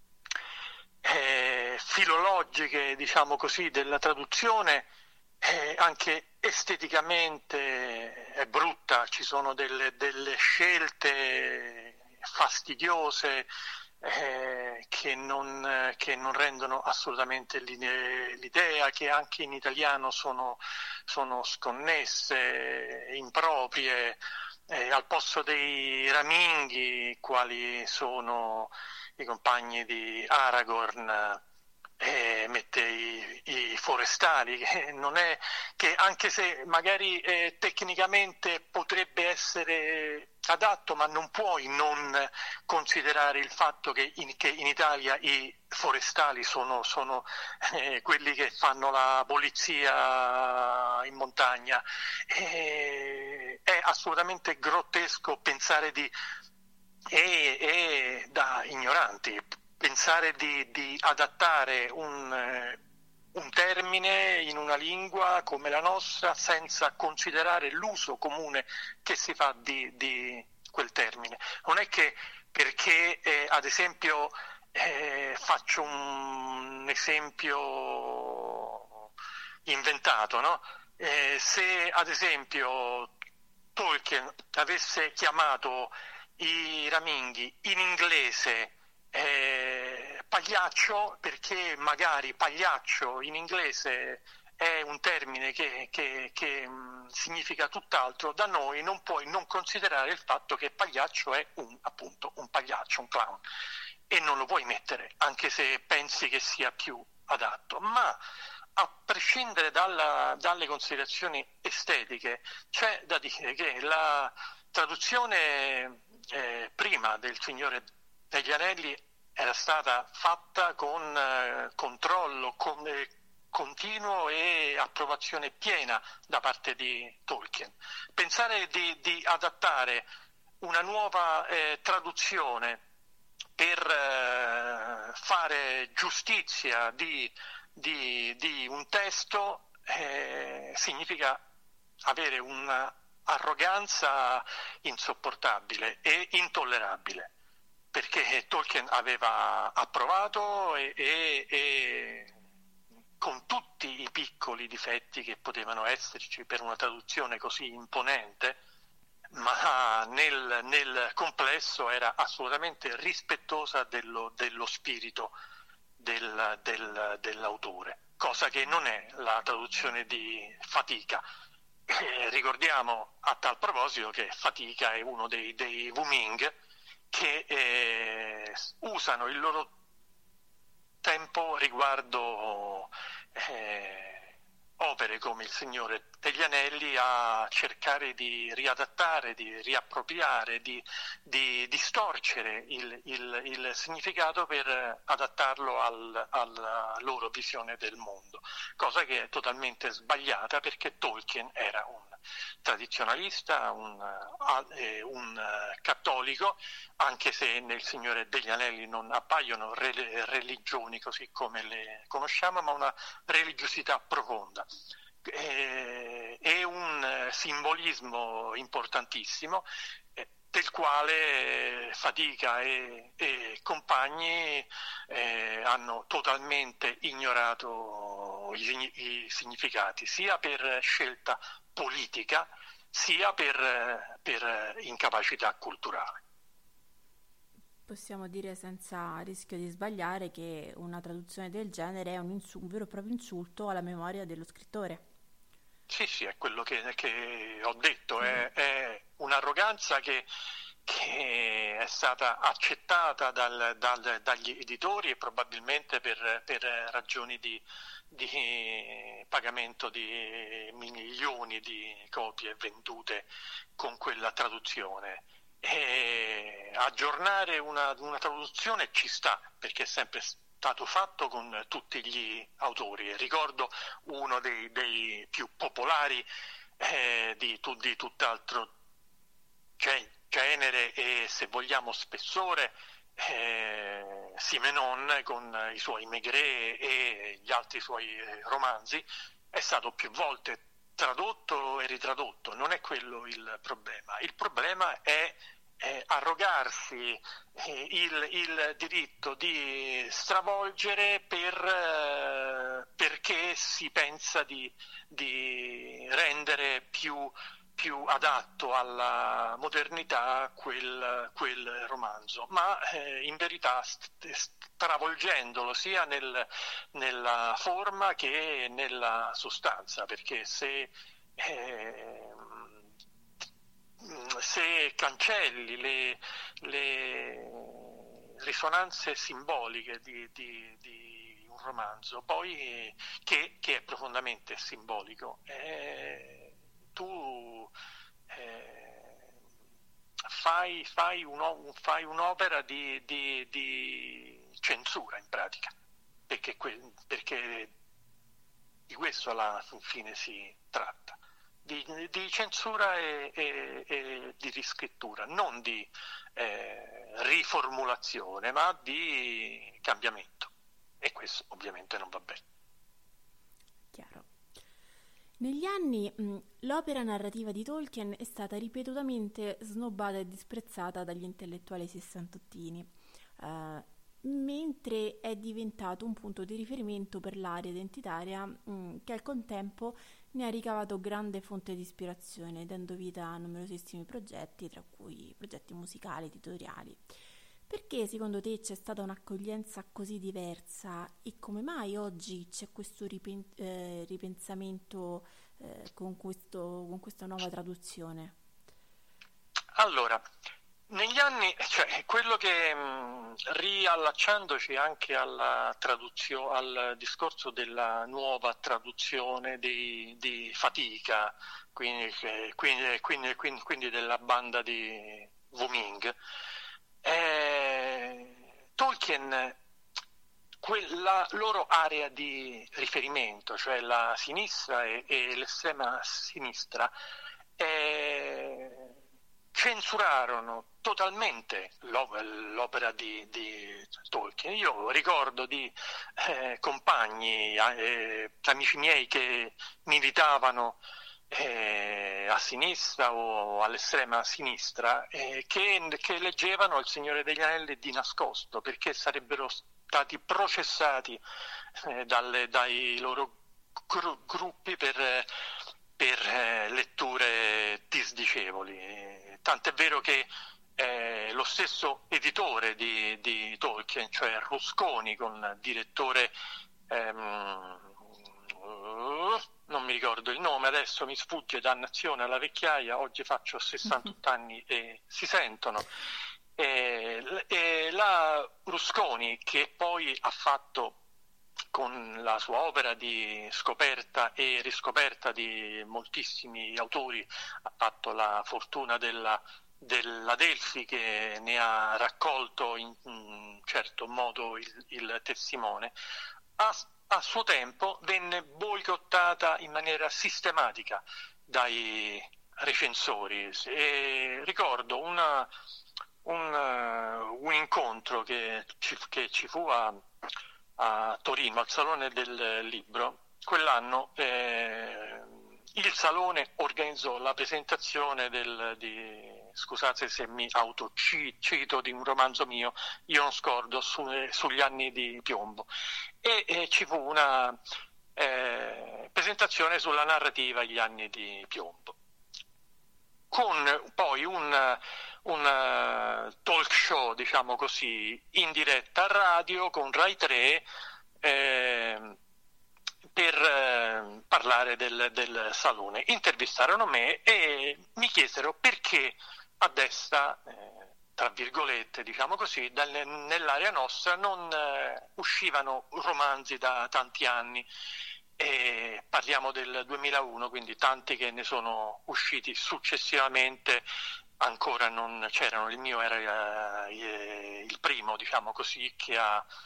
filologiche, diciamo così, della traduzione, anche esteticamente è brutta. Ci sono delle scelte fastidiose che non rendono assolutamente l'idea, che anche in italiano sono sconnesse, improprie. Al posto dei raminghi, quali sono i compagni di Aragorn, mette i forestali, che non è, che anche se magari tecnicamente potrebbe essere adatto, ma non puoi non considerare il fatto che in Italia i forestali sono quelli che fanno la polizia in montagna. È assolutamente grottesco pensare e da ignoranti pensare di adattare un termine in una lingua come la nostra senza considerare l'uso comune che si fa di quel termine. Non è che perché ad esempio faccio un esempio inventato, no? Se ad esempio Tolkien avesse chiamato i raminghi in inglese pagliaccio, perché magari pagliaccio in inglese è un termine che significa tutt'altro, da noi non puoi non considerare il fatto che pagliaccio è appunto un pagliaccio, un clown, e non lo puoi mettere, anche se pensi che sia più adatto. Ma a prescindere dalle considerazioni estetiche, c'è da dire che la traduzione prima del Signore degli Anelli era stata fatta con controllo continuo e approvazione piena da parte di Tolkien. Pensare di adattare una nuova traduzione per fare giustizia di un testo significa avere un'arroganza insopportabile e intollerabile, perché Tolkien aveva approvato e con tutti i piccoli difetti che potevano esserci per una traduzione così imponente, ma nel complesso era assolutamente rispettosa dello spirito dell'autore, cosa che non è la traduzione di Fatica. Ricordiamo a tal proposito che Fatica è uno dei Wuming che usano il loro tempo riguardo opere come Il Signore degli Anelli a cercare di riadattare, di riappropriare, di distorcere il significato per adattarlo alla loro visione del mondo, cosa che è totalmente sbagliata, perché Tolkien era un tradizionalista, un cattolico, anche se nel Signore degli Anelli non appaiono religioni così come le conosciamo, ma una religiosità profonda. è un simbolismo importantissimo, del quale Fatica e compagni hanno totalmente ignorato i significati, sia per scelta politica sia per incapacità culturale. Possiamo dire senza rischio di sbagliare che una traduzione del genere è un vero e proprio insulto alla memoria dello scrittore. Sì, è quello che ho detto, è un'arroganza che è stata accettata dagli editori e probabilmente per ragioni di pagamento di milioni di copie vendute con quella traduzione. E aggiornare una traduzione ci sta, perché è sempre stato fatto con tutti gli autori. Ricordo uno dei più popolari di tutt'altro genere e, se vogliamo, spessore, Simenon con i suoi Maigret e gli altri suoi romanzi, è stato più volte tradotto e ritradotto. Non è quello il problema è arrogarsi il diritto di stravolgere perché si pensa di rendere più adatto alla modernità quel romanzo, ma in verità stravolgendolo sia nella forma che nella sostanza, perché se cancelli le risonanze simboliche di un romanzo, poi che è profondamente simbolico, tu fai un'opera di censura in pratica, perché di questo alla fine si tratta. Di censura e di riscrittura, non di riformulazione, ma di cambiamento, e questo ovviamente non va bene. Chiaro. Negli anni l'opera narrativa di Tolkien è stata ripetutamente snobbata e disprezzata dagli intellettuali sessantottini, mentre è diventato un punto di riferimento per l'area identitaria che al contempo ne ha ricavato grande fonte di ispirazione, dando vita a numerosissimi progetti, tra cui progetti musicali, editoriali. Perché secondo te c'è stata un'accoglienza così diversa e come mai oggi c'è questo ripensamento con questa nuova traduzione? Allora, negli anni, quello che riallacciandoci anche alla traduzione, al discorso della nuova traduzione di Fatica, quindi della banda di Wu-Ming, Tolkien, la loro area di riferimento, cioè la sinistra e l'estrema sinistra, censurarono totalmente l'opera di Tolkien. Io ricordo di compagni, amici miei che militavano a sinistra o all'estrema sinistra, che leggevano Il Signore degli Anelli di nascosto, perché sarebbero stati processati dai loro gruppi per letture disdicevoli. Tant'è vero che lo stesso editore di Tolkien, cioè Rusconi, con direttore non mi ricordo il nome, adesso mi sfugge, dannazione alla vecchiaia, oggi faccio 68 anni e si sentono, la Rusconi, che poi ha fatto con la sua opera di scoperta e riscoperta di moltissimi autori, ha fatto la fortuna della Delphi, che ne ha raccolto in un certo modo il testimone. A suo tempo venne boicottata in maniera sistematica dai recensori, e ricordo un incontro che ci fu a Torino, al Salone del Libro, quell'anno il Salone organizzò la presentazione scusate se mi autocito, di un romanzo mio, Io non scordo, sugli anni di piombo, e ci fu una presentazione sulla narrativa Gli anni di piombo, con poi un talk show, diciamo così, in diretta a radio con Rai 3 per parlare del Salone. Intervistarono me e mi chiesero perché a destra, tra virgolette, diciamo così, nell'area nostra non uscivano romanzi da tanti anni. E parliamo del 2001, quindi tanti che ne sono usciti successivamente ancora non c'erano. Il mio era il primo, diciamo così, che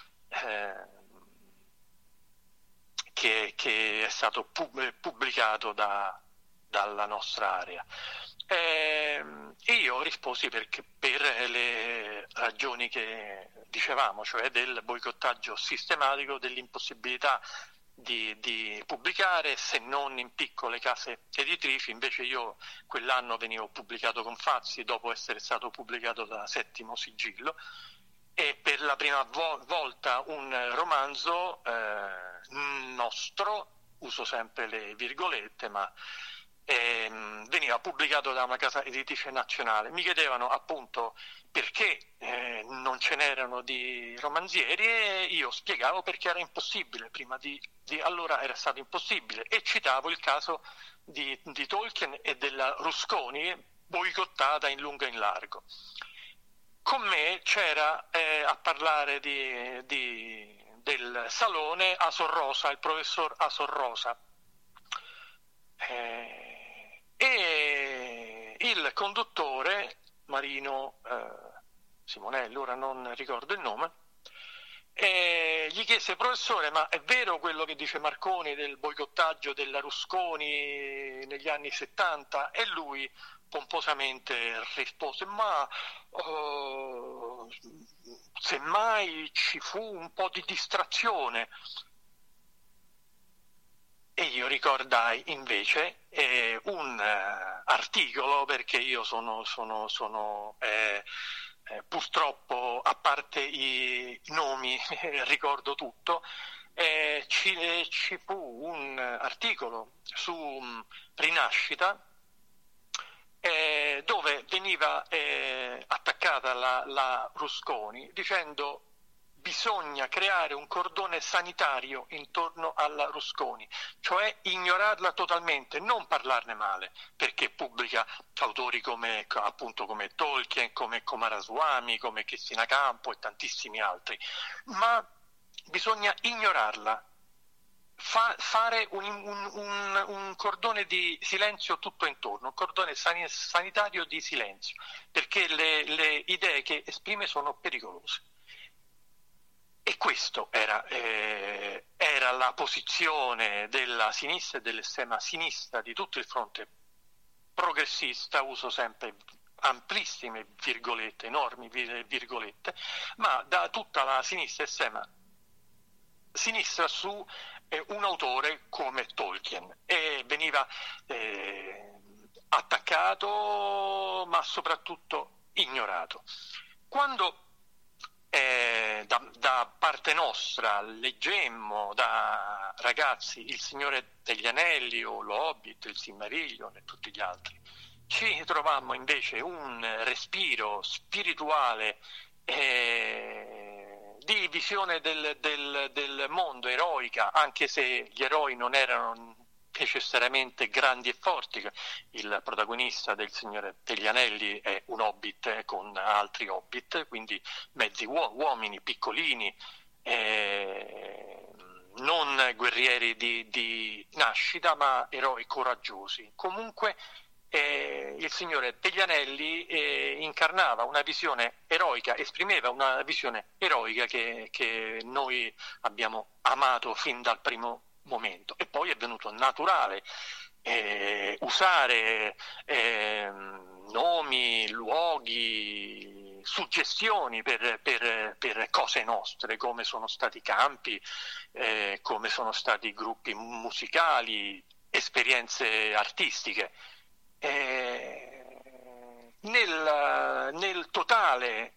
è stato pubblicato dalla nostra area. E io risposi per le ragioni che dicevamo, cioè del boicottaggio sistematico, dell'impossibilità di pubblicare, se non in piccole case editrici. Invece io quell'anno venivo pubblicato con Fazzi dopo essere stato pubblicato da Settimo Sigillo, e per la prima volta un romanzo nostro, uso sempre le virgolette, ma veniva pubblicato da una casa editrice nazionale. Mi chiedevano appunto perché non ce n'erano di romanzieri, e io spiegavo perché era impossibile. Prima di allora era stato impossibile, e citavo il caso di Tolkien e della Rusconi, boicottata in lungo e in largo. Con me c'era a parlare del Salone Asor Rosa, il professor Asor Rosa, e il conduttore Marino Simonelli, ora non ricordo il nome, gli chiese: professore, ma è vero quello che dice Marconi del boicottaggio della Rusconi negli anni 70? E lui pomposamente rispose: ma semmai ci fu un po' di distrazione. E io ricordai invece un articolo, perché io sono purtroppo, a parte i nomi, ricordo tutto. Ci fu un articolo su Rinascita, dove veniva attaccata la Rusconi dicendo: bisogna creare un cordone sanitario intorno alla Rusconi, cioè ignorarla totalmente, non parlarne male, perché pubblica autori come Tolkien, come Coomaraswamy, come Cristina Campo e tantissimi altri, ma bisogna ignorarla, fare un cordone di silenzio tutto intorno, un cordone sanitario di silenzio, perché le idee che esprime sono pericolose. E questo era la posizione della sinistra e dell'estrema sinistra, di tutto il fronte progressista, uso sempre amplissime virgolette, enormi virgolette, ma da tutta la sinistra estrema sinistra su un autore come Tolkien, e veniva attaccato, ma soprattutto ignorato. Quando da parte nostra leggemmo da ragazzi Il Signore degli Anelli o Lo Hobbit, Il Silmarillion e tutti gli altri, ci trovammo invece un respiro spirituale di visione del mondo eroica, anche se gli eroi non erano necessariamente grandi e forti. Il protagonista del Signore degli Anelli è un hobbit con altri hobbit, quindi mezzi uomini piccolini, non guerrieri di nascita, ma eroi coraggiosi. Comunque il Signore degli Anelli incarnava una visione eroica, esprimeva una visione eroica che noi abbiamo amato fin dal primo momento, e poi è venuto naturale usare nomi, luoghi, suggestioni per cose nostre, come sono stati campi, come sono stati gruppi musicali, esperienze artistiche. Nel totale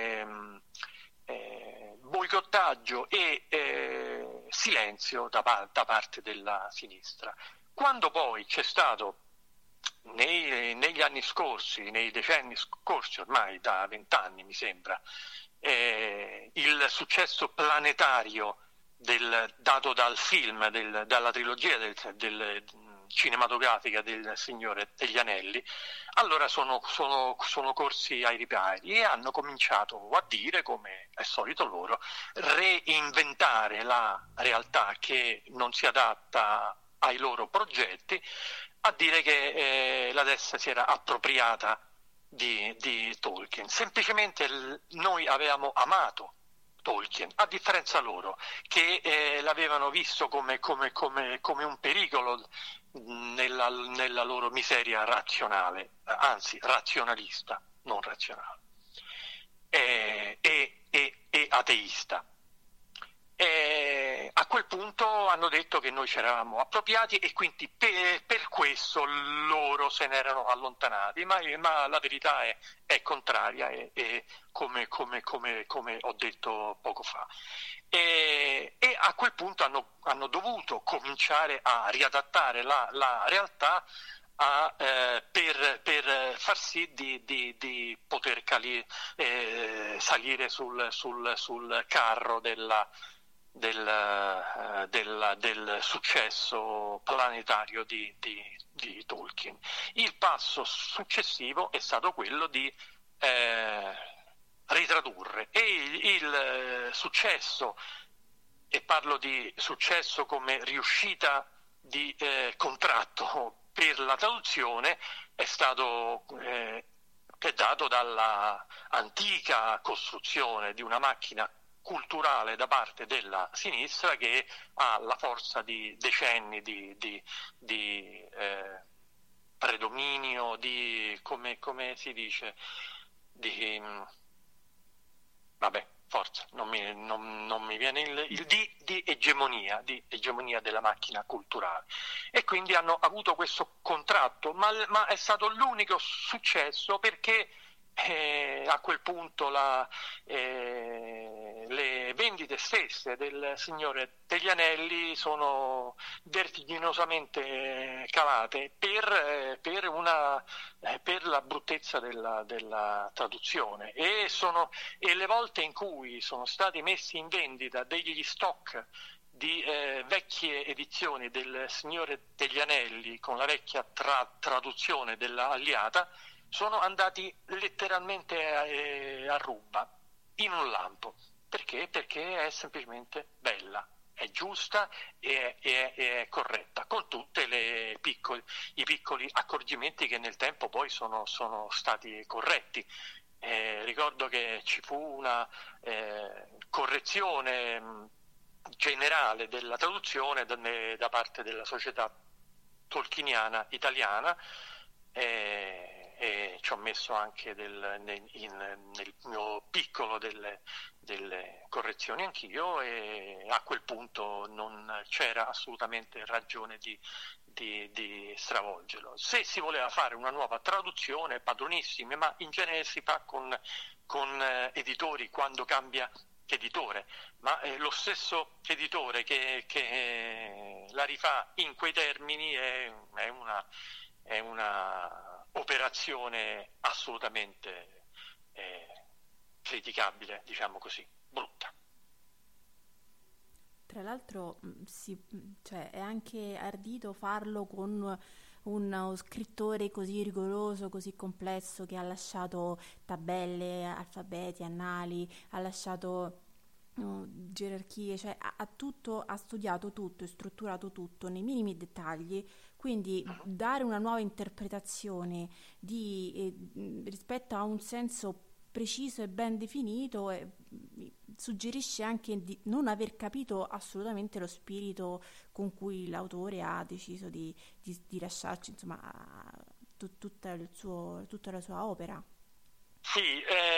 boicottaggio e silenzio da parte della sinistra. Quando poi c'è stato negli anni scorsi, nei decenni scorsi, ormai da 20 anni mi sembra, il successo planetario dato dal film, dalla trilogia cinematografica del Signore degli Anelli, allora sono corsi ai ripari e hanno cominciato a dire, come è solito loro, reinventare la realtà che non si adatta ai loro progetti, a dire che la destra si era appropriata di Tolkien. Semplicemente noi avevamo amato Tolkien, a differenza loro, che l'avevano visto come un pericolo nella loro miseria razionale, anzi razionalista, non razionale, e ateista. E a quel punto hanno detto che noi ci eravamo appropriati e quindi per questo loro se ne erano allontanati, ma la verità è contraria, come ho detto poco fa. E a quel punto hanno dovuto cominciare a riadattare la realtà per far sì di poter salire sul carro del successo planetario di Tolkien. Il passo successivo è stato quello di ritradurre, e il successo, e parlo di successo come riuscita di contratto per la traduzione, è stato dato dalla antica costruzione di una macchina culturale da parte della sinistra, che ha la forza di decenni di predominio, di come si dice, forza, non mi viene di egemonia della macchina culturale, e quindi hanno avuto questo contratto, ma è stato l'unico successo, perché a quel punto le vendite stesse del Signore degli Anelli sono vertiginosamente calate per la bruttezza della traduzione, e le volte in cui sono stati messi in vendita degli stock di vecchie edizioni del Signore degli Anelli con la vecchia traduzione della Aliata, sono andati letteralmente a ruba, in un lampo. Perché? Perché è semplicemente bella, è giusta e è corretta, con tutti i piccoli accorgimenti che nel tempo poi sono stati corretti. Ricordo che ci fu una correzione generale della traduzione da parte della Società Tolkieniana Italiana, e ci ho messo anche nel mio piccolo delle correzioni anch'io, e a quel punto non c'era assolutamente ragione di stravolgerlo. Se si voleva fare una nuova traduzione, padronissime, ma in genere si fa con editori quando cambia editore, ma lo stesso editore che la rifà in quei termini è una operazione assolutamente criticabile, diciamo così, brutta. Tra l'altro è anche ardito farlo con uno scrittore così rigoroso, così complesso, che ha lasciato tabelle, alfabeti, annali, ha lasciato gerarchie, cioè ha studiato tutto e strutturato tutto nei minimi dettagli. Quindi dare una nuova interpretazione rispetto a un senso preciso e ben definito suggerisce anche di non aver capito assolutamente lo spirito con cui l'autore ha deciso di lasciarci, insomma, tutta la sua opera. Sì,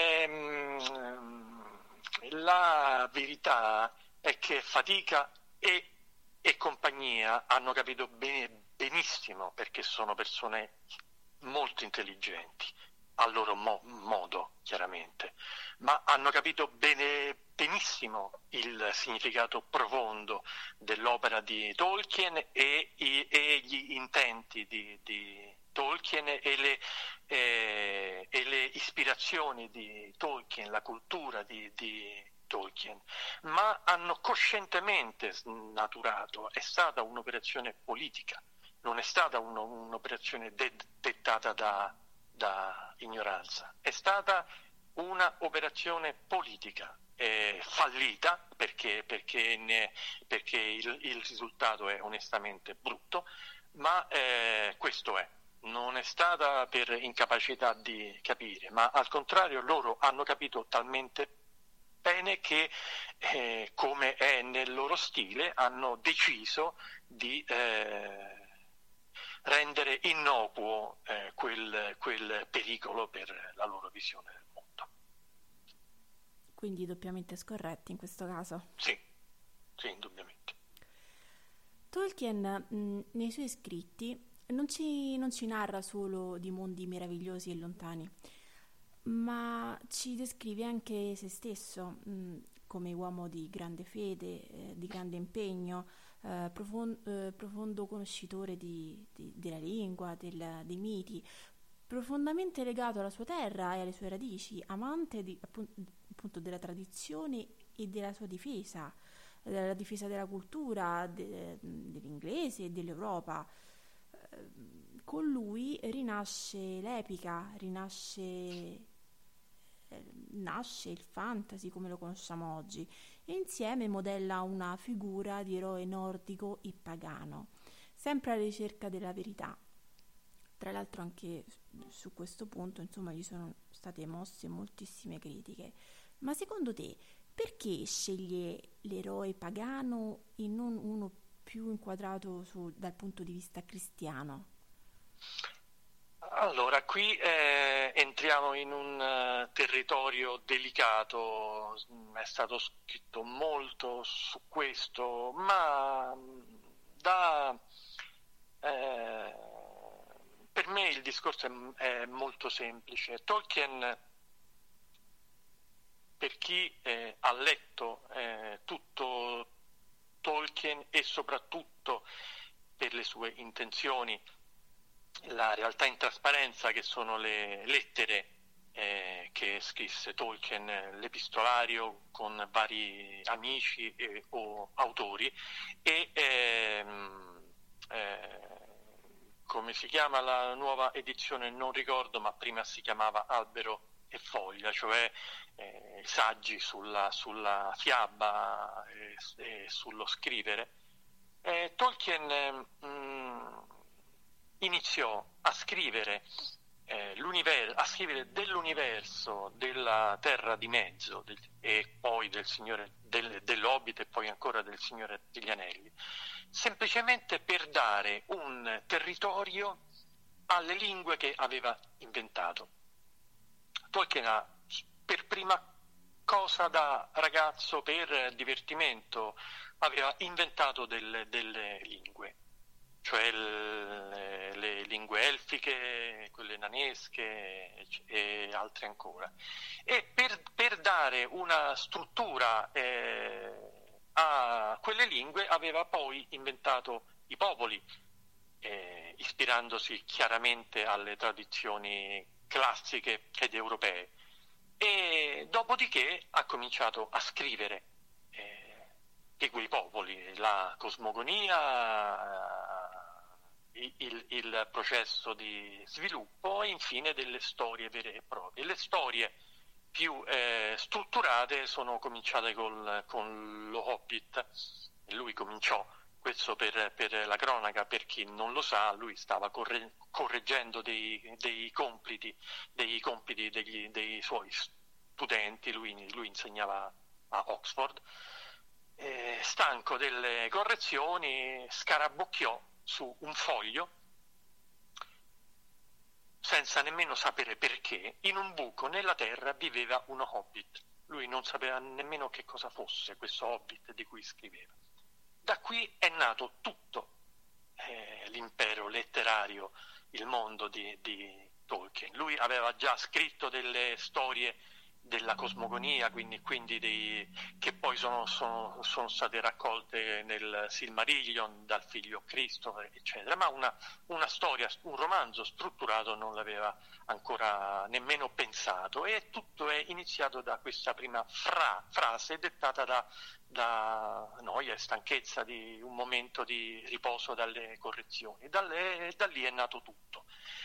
la verità è che Fatica e compagnia hanno capito benissimo, perché sono persone molto intelligenti, al loro modo, chiaramente, ma hanno capito benissimo il significato profondo dell'opera di Tolkien e gli intenti di Tolkien e le ispirazioni di Tolkien, la cultura di Tolkien, ma hanno coscientemente snaturato. È stata un'operazione politica, non è stata un'operazione dettata da ignoranza, è stata una operazione politica fallita perché il risultato è onestamente brutto, ma questo è. Non è stata per incapacità di capire, ma al contrario loro hanno capito talmente bene che, come è nel loro stile, hanno deciso di rendere innocuo quel pericolo per la loro visione del mondo. Quindi doppiamente scorretti in questo caso. Sì, indubbiamente. Tolkien nei suoi scritti non ci narra solo di mondi meravigliosi e lontani, ma ci descrive anche se stesso come uomo di grande fede, di grande impegno, profondo conoscitore della lingua, dei miti, profondamente legato alla sua terra e alle sue radici, amante appunto della tradizione e della sua difesa, della difesa della cultura dell'inglese e dell'Europa. Con lui rinasce l'epica, nasce il fantasy come lo conosciamo oggi, e insieme modella una figura di eroe nordico e pagano, sempre alla ricerca della verità. Tra l'altro anche su questo punto, insomma, gli sono state mosse moltissime critiche. Ma secondo te, perché sceglie l'eroe pagano e non uno più inquadrato dal punto di vista cristiano? Allora, qui entriamo in un territorio delicato, è stato scritto molto su questo, ma per me il discorso è molto semplice. Tolkien, per chi ha letto tutto Tolkien e soprattutto per le sue intenzioni, la realtà in trasparenza che sono le lettere che scrisse Tolkien, l'epistolario con vari amici o autori, e come si chiama la nuova edizione non ricordo, ma prima si chiamava Albero e Foglia, cioè saggi sulla fiaba e sullo scrivere. Tolkien iniziò a scrivere dell'universo, della Terra di Mezzo e poi del Signore dell'Hobbit e poi ancora del Signore degli Anelli, semplicemente per dare un territorio alle lingue che aveva inventato. Tolkien per prima cosa, da ragazzo, per divertimento, aveva inventato delle lingue, cioè le lingue elfiche, quelle nanesche e altre ancora. E per dare una struttura a quelle lingue aveva poi inventato i popoli, ispirandosi chiaramente alle tradizioni classiche ed europee. E dopodiché ha cominciato a scrivere di quei popoli, la cosmogonia, il processo di sviluppo e infine delle storie vere e proprie. Le storie più strutturate sono cominciate con lo Hobbit. Lui cominciò, questo per la cronaca, per chi non lo sa, lui stava correggendo dei compiti dei suoi studenti, lui insegnava a Oxford. Stanco delle correzioni, scarabocchiò su un foglio senza nemmeno sapere perché, in un buco nella terra viveva uno hobbit. Lui non sapeva nemmeno che cosa fosse questo hobbit di cui scriveva. Da qui è nato tutto l'impero letterario, il mondo di Tolkien. Lui aveva già scritto delle storie della cosmogonia, quindi che poi sono state raccolte nel Silmarillion dal figlio Cristo, eccetera, ma una storia, un romanzo strutturato non l'aveva ancora nemmeno pensato, e tutto è iniziato da questa prima frase dettata da noia e stanchezza di un momento di riposo dalle correzioni. Da lì è nato tutto.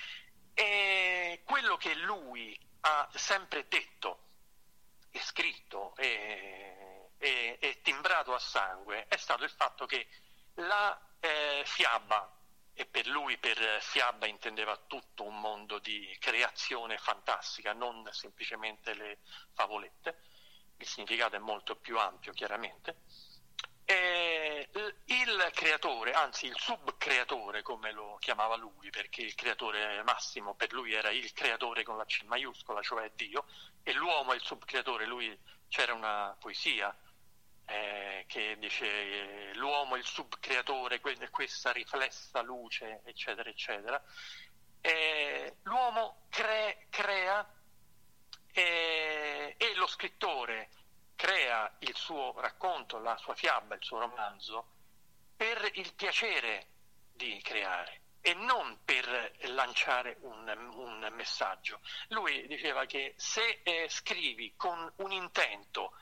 E quello che lui ha sempre detto e scritto e timbrato a sangue è stato il fatto che la fiaba, e per lui per fiaba intendeva tutto un mondo di creazione fantastica, non semplicemente le favolette, il significato è molto più ampio chiaramente, il creatore, anzi il subcreatore come lo chiamava lui, perché il creatore massimo per lui era il creatore con la C maiuscola, cioè Dio, e l'uomo è il subcreatore. C'era una poesia che dice l'uomo è il subcreatore, questa riflessa luce, eccetera eccetera. L'uomo crea e lo scrittore crea il suo racconto, la sua fiaba, il suo romanzo per il piacere di creare e non per lanciare un messaggio. Lui diceva che se scrivi con un intento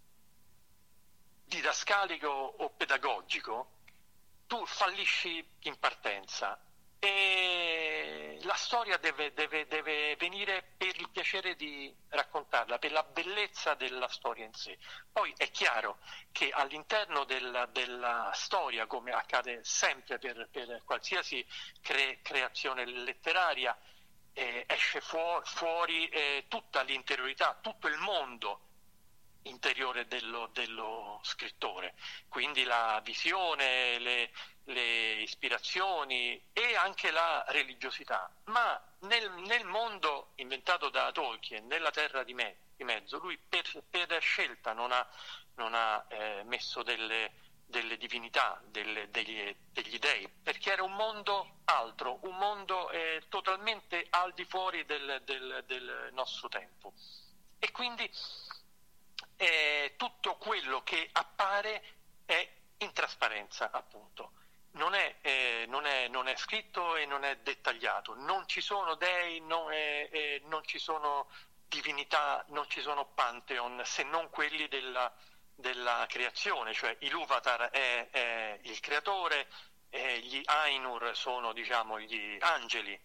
didascalico o pedagogico, tu fallisci in partenza, e la storia deve venire per il piacere di raccontarla, per la bellezza della storia in sé. Poi è chiaro che all'interno della storia, come accade sempre per qualsiasi creazione letteraria, esce fuori tutta l'interiorità, tutto il mondo interiore dello scrittore, quindi la visione, le ispirazioni e anche la religiosità. Ma nel mondo inventato da Tolkien, nella terra di mezzo, lui per scelta non ha messo delle divinità, degli dei, perché era un mondo altro, un mondo totalmente al di fuori del nostro tempo. E quindi tutto quello che appare è in trasparenza, appunto. Non è scritto e non è dettagliato, non ci sono dei, non ci sono divinità, non ci sono pantheon, se non quelli della creazione, cioè Ilúvatar è il creatore, gli Ainur sono, diciamo, gli angeli.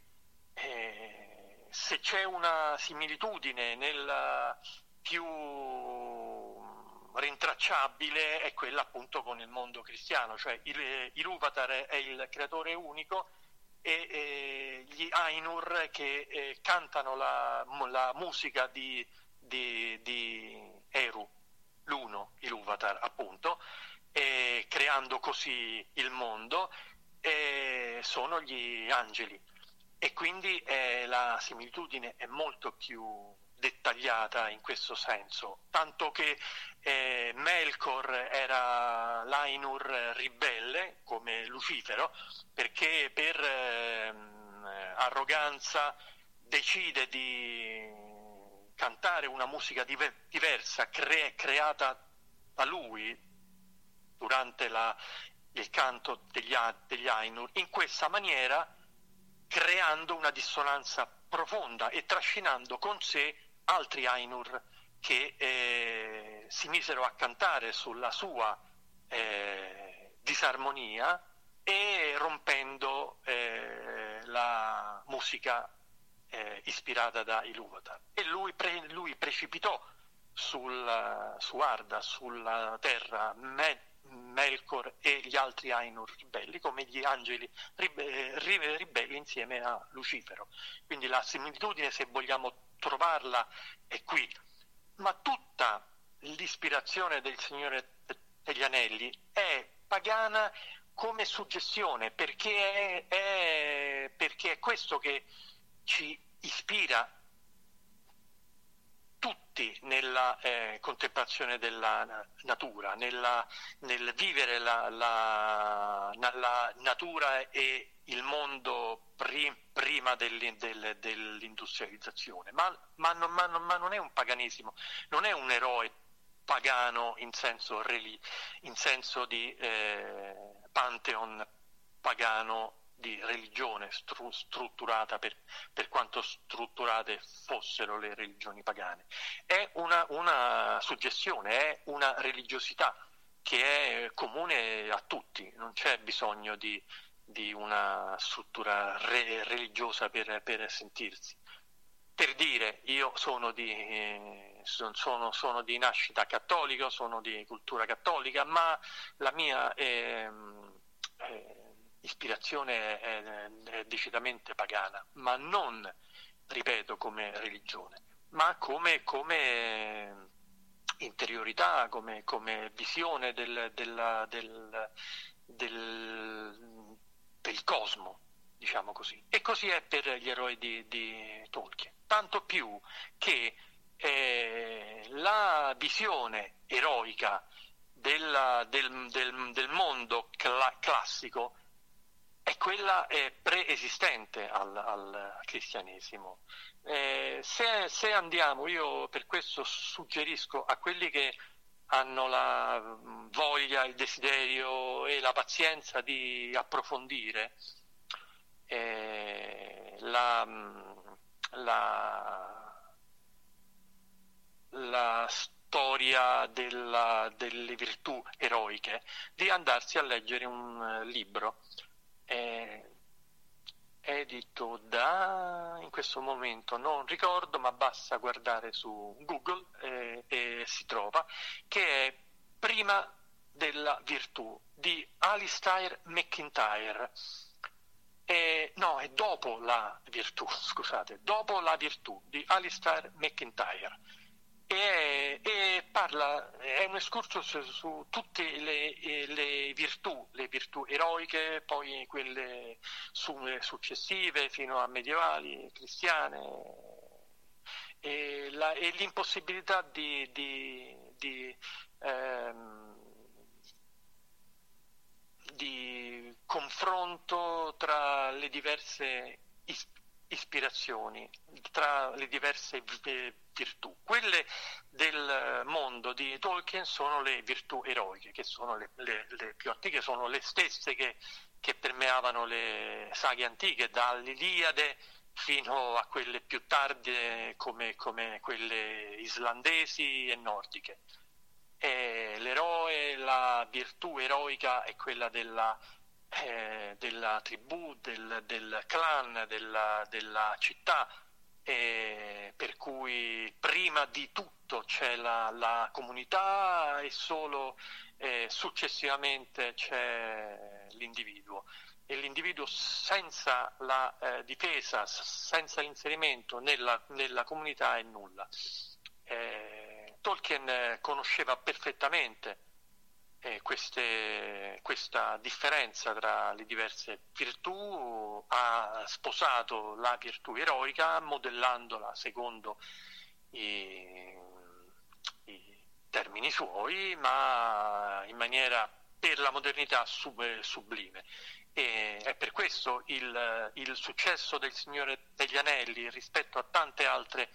Se c'è una similitudine nel più rintracciabile è quella appunto con il mondo cristiano, cioè Ilúvatar è il creatore unico e gli Ainur che cantano la musica di Eru, l'uno, Ilúvatar appunto, creando così il mondo, sono gli angeli, e quindi la similitudine è molto più dettagliata in questo senso, tanto che Melkor era l'Ainur ribelle come Lucifero, perché per arroganza decide di cantare una musica diversa creata da lui durante il canto degli Ainur, in questa maniera creando una dissonanza profonda e trascinando con sé altri Ainur che si misero a cantare sulla sua disarmonia e rompendo la musica ispirata da Ilúvatar. E lui precipitò su Arda, sulla terra, Melkor e gli altri Ainur ribelli, come gli angeli ribelli insieme a Lucifero. Quindi la similitudine, se vogliamo trovarla, è qui. Ma tutta l'ispirazione del Signore degli Anelli è pagana come suggestione, perché è questo che ci ispira tutti nella contemplazione della natura, nel vivere la natura e il mondo prima dell'industrializzazione, ma non è un paganesimo, non è un eroe pagano in senso di pantheon pagano, di religione strutturata per quanto strutturate fossero le religioni pagane. È una suggestione, è una religiosità che è comune a tutti, non c'è bisogno di una struttura religiosa per sentirsi. Per dire, io sono di nascita cattolico, sono di cultura cattolica, ma la mia ispirazione è decisamente pagana, ma non, ripeto, come religione, ma come interiorità, come visione del cosmo, diciamo così. E così è per gli eroi di Tolkien, tanto più che la visione eroica del mondo classico è quella preesistente al cristianesimo. Se andiamo, io per questo suggerisco a quelli che hanno la voglia, il desiderio e la pazienza di approfondire la storia delle virtù eroiche, di andarsi a leggere un libro edito in questo momento non ricordo, ma basta guardare su Google e si trova, che è Prima della virtù di Alistair MacIntyre. No, è Dopo la virtù, scusate, Dopo la virtù di Alistair MacIntyre. E parla, è un excursus su tutte le virtù eroiche, poi quelle successive fino a medievali, cristiane, e l'impossibilità di confronto tra le diverse ispirazioni, tra le diverse virtù. Quelle del mondo di Tolkien sono le virtù eroiche, che sono le più antiche, sono le stesse che permeavano le saghe antiche, dall'Iliade fino a quelle più tarde come quelle islandesi e nordiche. L'eroe, la virtù eroica è quella della tribù, del clan, della città, per cui prima di tutto c'è la comunità e solo successivamente c'è l'individuo. E l'individuo senza la difesa, senza l'inserimento nella comunità è nulla. Tolkien conosceva perfettamente questa differenza tra le diverse virtù, ha sposato la virtù eroica modellandola secondo i termini suoi, ma in maniera per la modernità sublime. E è per questo il successo del Signore degli Anelli rispetto a tante altre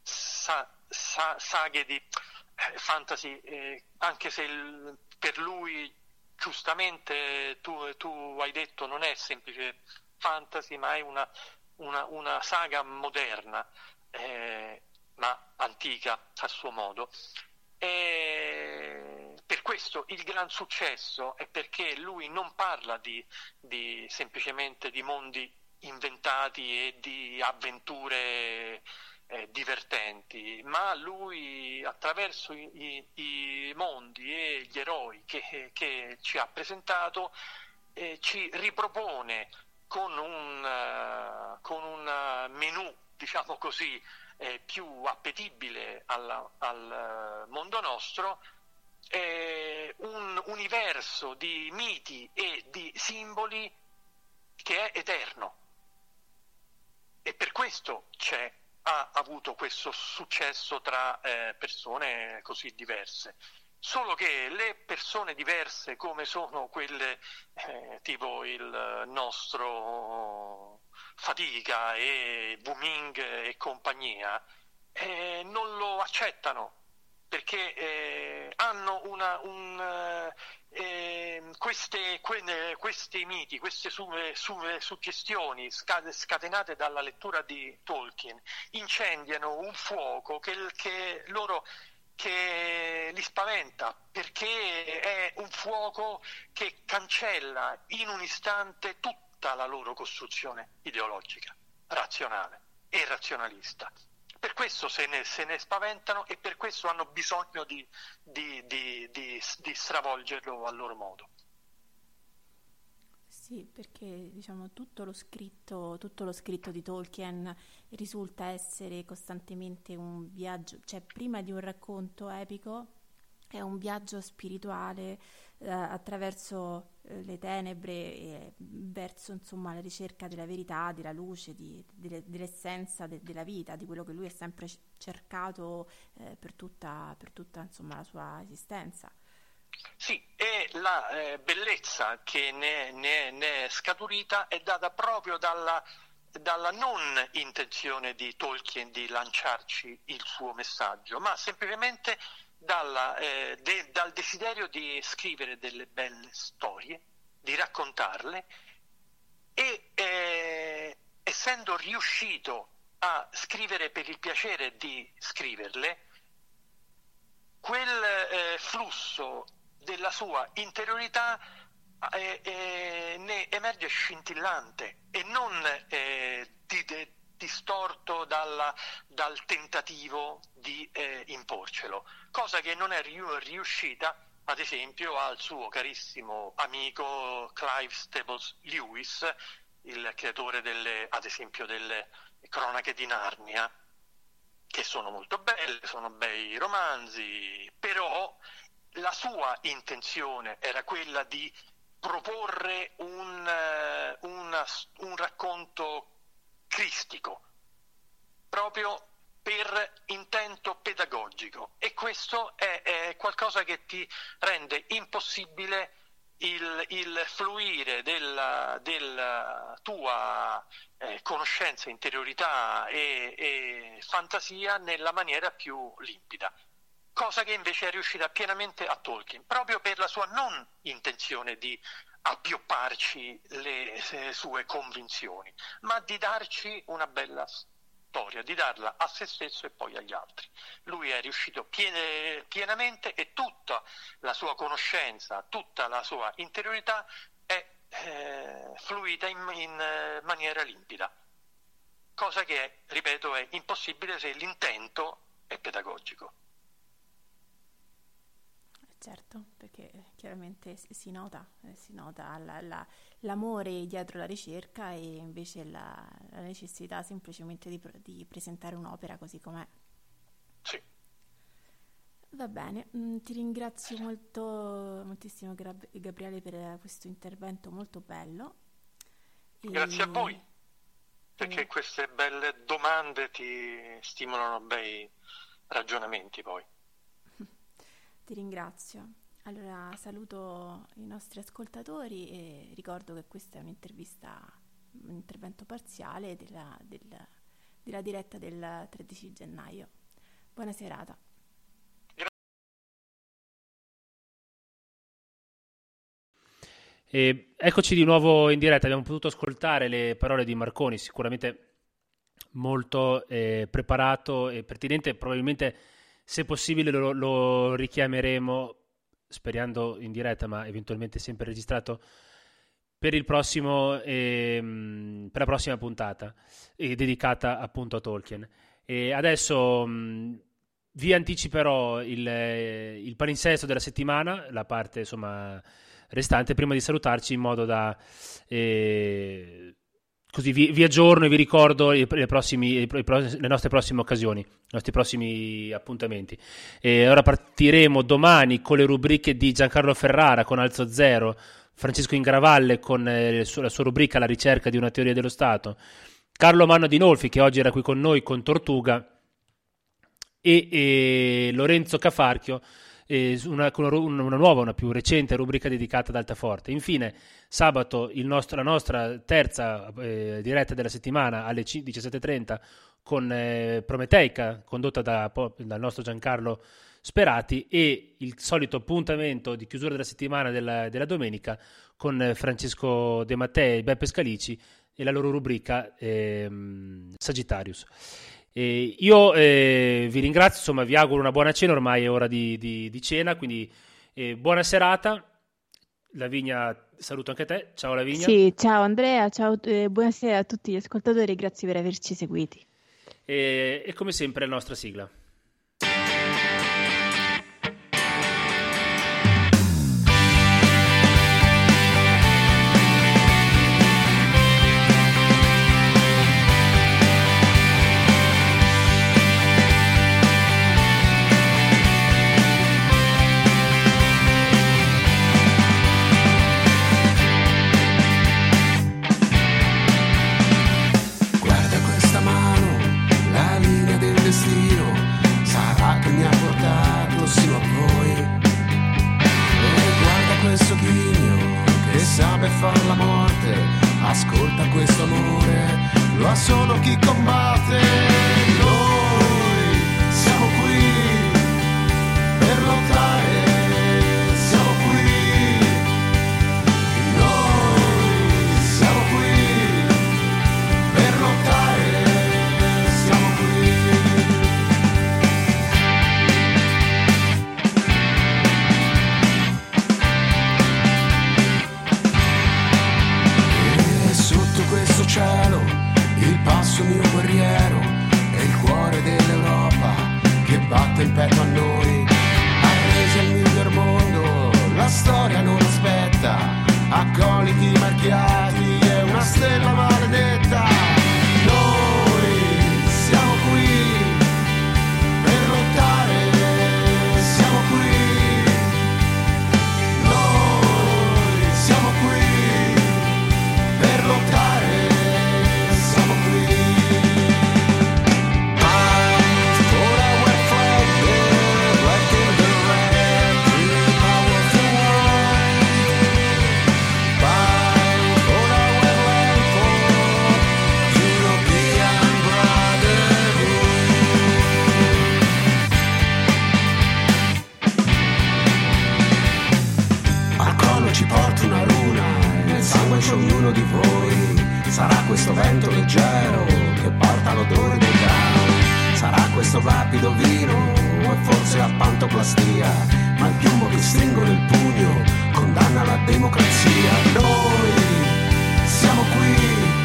saghe di fantasy, anche se per lui giustamente tu hai detto non è semplice fantasy, ma è una saga moderna, ma antica a suo modo. E per questo il gran successo è perché lui non parla semplicemente di mondi inventati e di avventure divertenti, ma lui attraverso i mondi e gli eroi che ci ha presentato ci ripropone con un menù, diciamo così, più appetibile al mondo nostro, un universo di miti e di simboli che è eterno. e per questo ha avuto questo successo tra persone così diverse. Solo che le persone diverse, come sono quelle tipo il nostro Fatica e Wuming e compagnia, non lo accettano, perché hanno questi miti, queste suggestioni scatenate dalla lettura di Tolkien, incendiano un fuoco che li spaventa, perché è un fuoco che cancella in un istante tutta la loro costruzione ideologica, razionale e razionalista. Per questo se ne spaventano e per questo hanno bisogno di stravolgerlo a loro modo. Sì, perché diciamo tutto lo scritto di Tolkien risulta essere costantemente un viaggio, cioè prima di un racconto epico è un viaggio spirituale attraverso le tenebre verso insomma la ricerca della verità, della luce, dell'essenza della vita, di quello che lui ha sempre cercato per tutta insomma la sua esistenza. Sì, e la bellezza che ne è scaturita è data proprio dalla non intenzione di Tolkien di lanciarci il suo messaggio, ma semplicemente dal desiderio di scrivere delle belle storie, di raccontarle, e essendo riuscito a scrivere per il piacere di scriverle, quel flusso della sua interiorità ne emerge scintillante e non distorto dal tentativo di imporcelo, cosa che non è riuscita ad esempio al suo carissimo amico Clive Staples Lewis, il creatore ad esempio delle Cronache di Narnia, che sono molto belle, sono bei romanzi, però la sua intenzione era quella di proporre un racconto cristico, proprio per intento pedagogico, e questo è qualcosa che ti rende impossibile il fluire della tua conoscenza, interiorità e fantasia nella maniera più limpida, cosa che invece è riuscita pienamente a Tolkien, proprio per la sua non intenzione di appiopparci le sue convinzioni, ma di darci una bella storia, di darla a se stesso e poi agli altri. Lui è riuscito pienamente, e tutta la sua conoscenza, tutta la sua interiorità è fluita in maniera limpida, cosa che, ripeto, è impossibile se l'intento è pedagogico. Certo, perché chiaramente si nota l'amore dietro la ricerca e invece la necessità semplicemente di presentare un'opera così com'è. Sì. Va bene, ti ringrazio moltissimo Gabriele per questo intervento molto bello. Grazie a voi, perché queste belle domande ti stimolano bei ragionamenti poi. Ti ringrazio. Allora saluto i nostri ascoltatori e ricordo che questa è un'intervista, un intervento parziale della diretta del 13 gennaio. Buona serata. E eccoci di nuovo in diretta. Abbiamo potuto ascoltare le parole di Marconi, sicuramente molto preparato e pertinente. Probabilmente, se possibile, lo richiameremo, sperando in diretta, ma eventualmente sempre registrato, per il prossimo per la prossima puntata dedicata appunto a Tolkien. E adesso vi anticiperò il palinsesto della settimana, la parte insomma restante, prima di salutarci, in modo da così vi aggiorno e vi ricordo le nostre prossime occasioni, i nostri prossimi appuntamenti. E ora partiremo domani con le rubriche di Giancarlo Ferrara con Alzo Zero, Francesco Ingravalle con la sua rubrica La ricerca di una teoria dello Stato, Carlo Manno Dinolfi, che oggi era qui con noi con Tortuga, e Lorenzo Cafarchio, una nuova, una più recente rubrica dedicata ad Altaforte. Infine, sabato la nostra terza diretta della settimana alle 17:30 con Prometeica, condotta dal nostro Giancarlo Sperati, e il solito appuntamento di chiusura della settimana della domenica con Francesco De Mattei e Beppe Scalici e la loro rubrica Sagittarius. Io vi ringrazio, insomma, vi auguro una buona cena, ormai è ora di cena, quindi buona serata. Lavinia, saluto anche te. Ciao Lavinia. Sì, ciao Andrea, ciao, buonasera a tutti gli ascoltatori, grazie per averci seguiti. E come sempre la nostra sigla. Far la morte, ascolta questo amore, lo ha solo chi combatte. Noi siamo qui per lottare, siamo qui, noi siamo qui per lottare, siamo qui. Questo cielo, il passo mio guerriero, è il cuore dell'Europa che batte in petto a noi. Arresi al miglior mondo, la storia non aspetta, accoliti marchiati, è una stella maledetta. Noi siamo qui per lottare, siamo qui, noi siamo qui per lottare. Ognuno di voi sarà questo vento leggero che porta l'odore del grano, sarà questo vapido vino o forse la pantoplastia, ma il piombo che stringo nel pugno condanna la democrazia. Noi siamo qui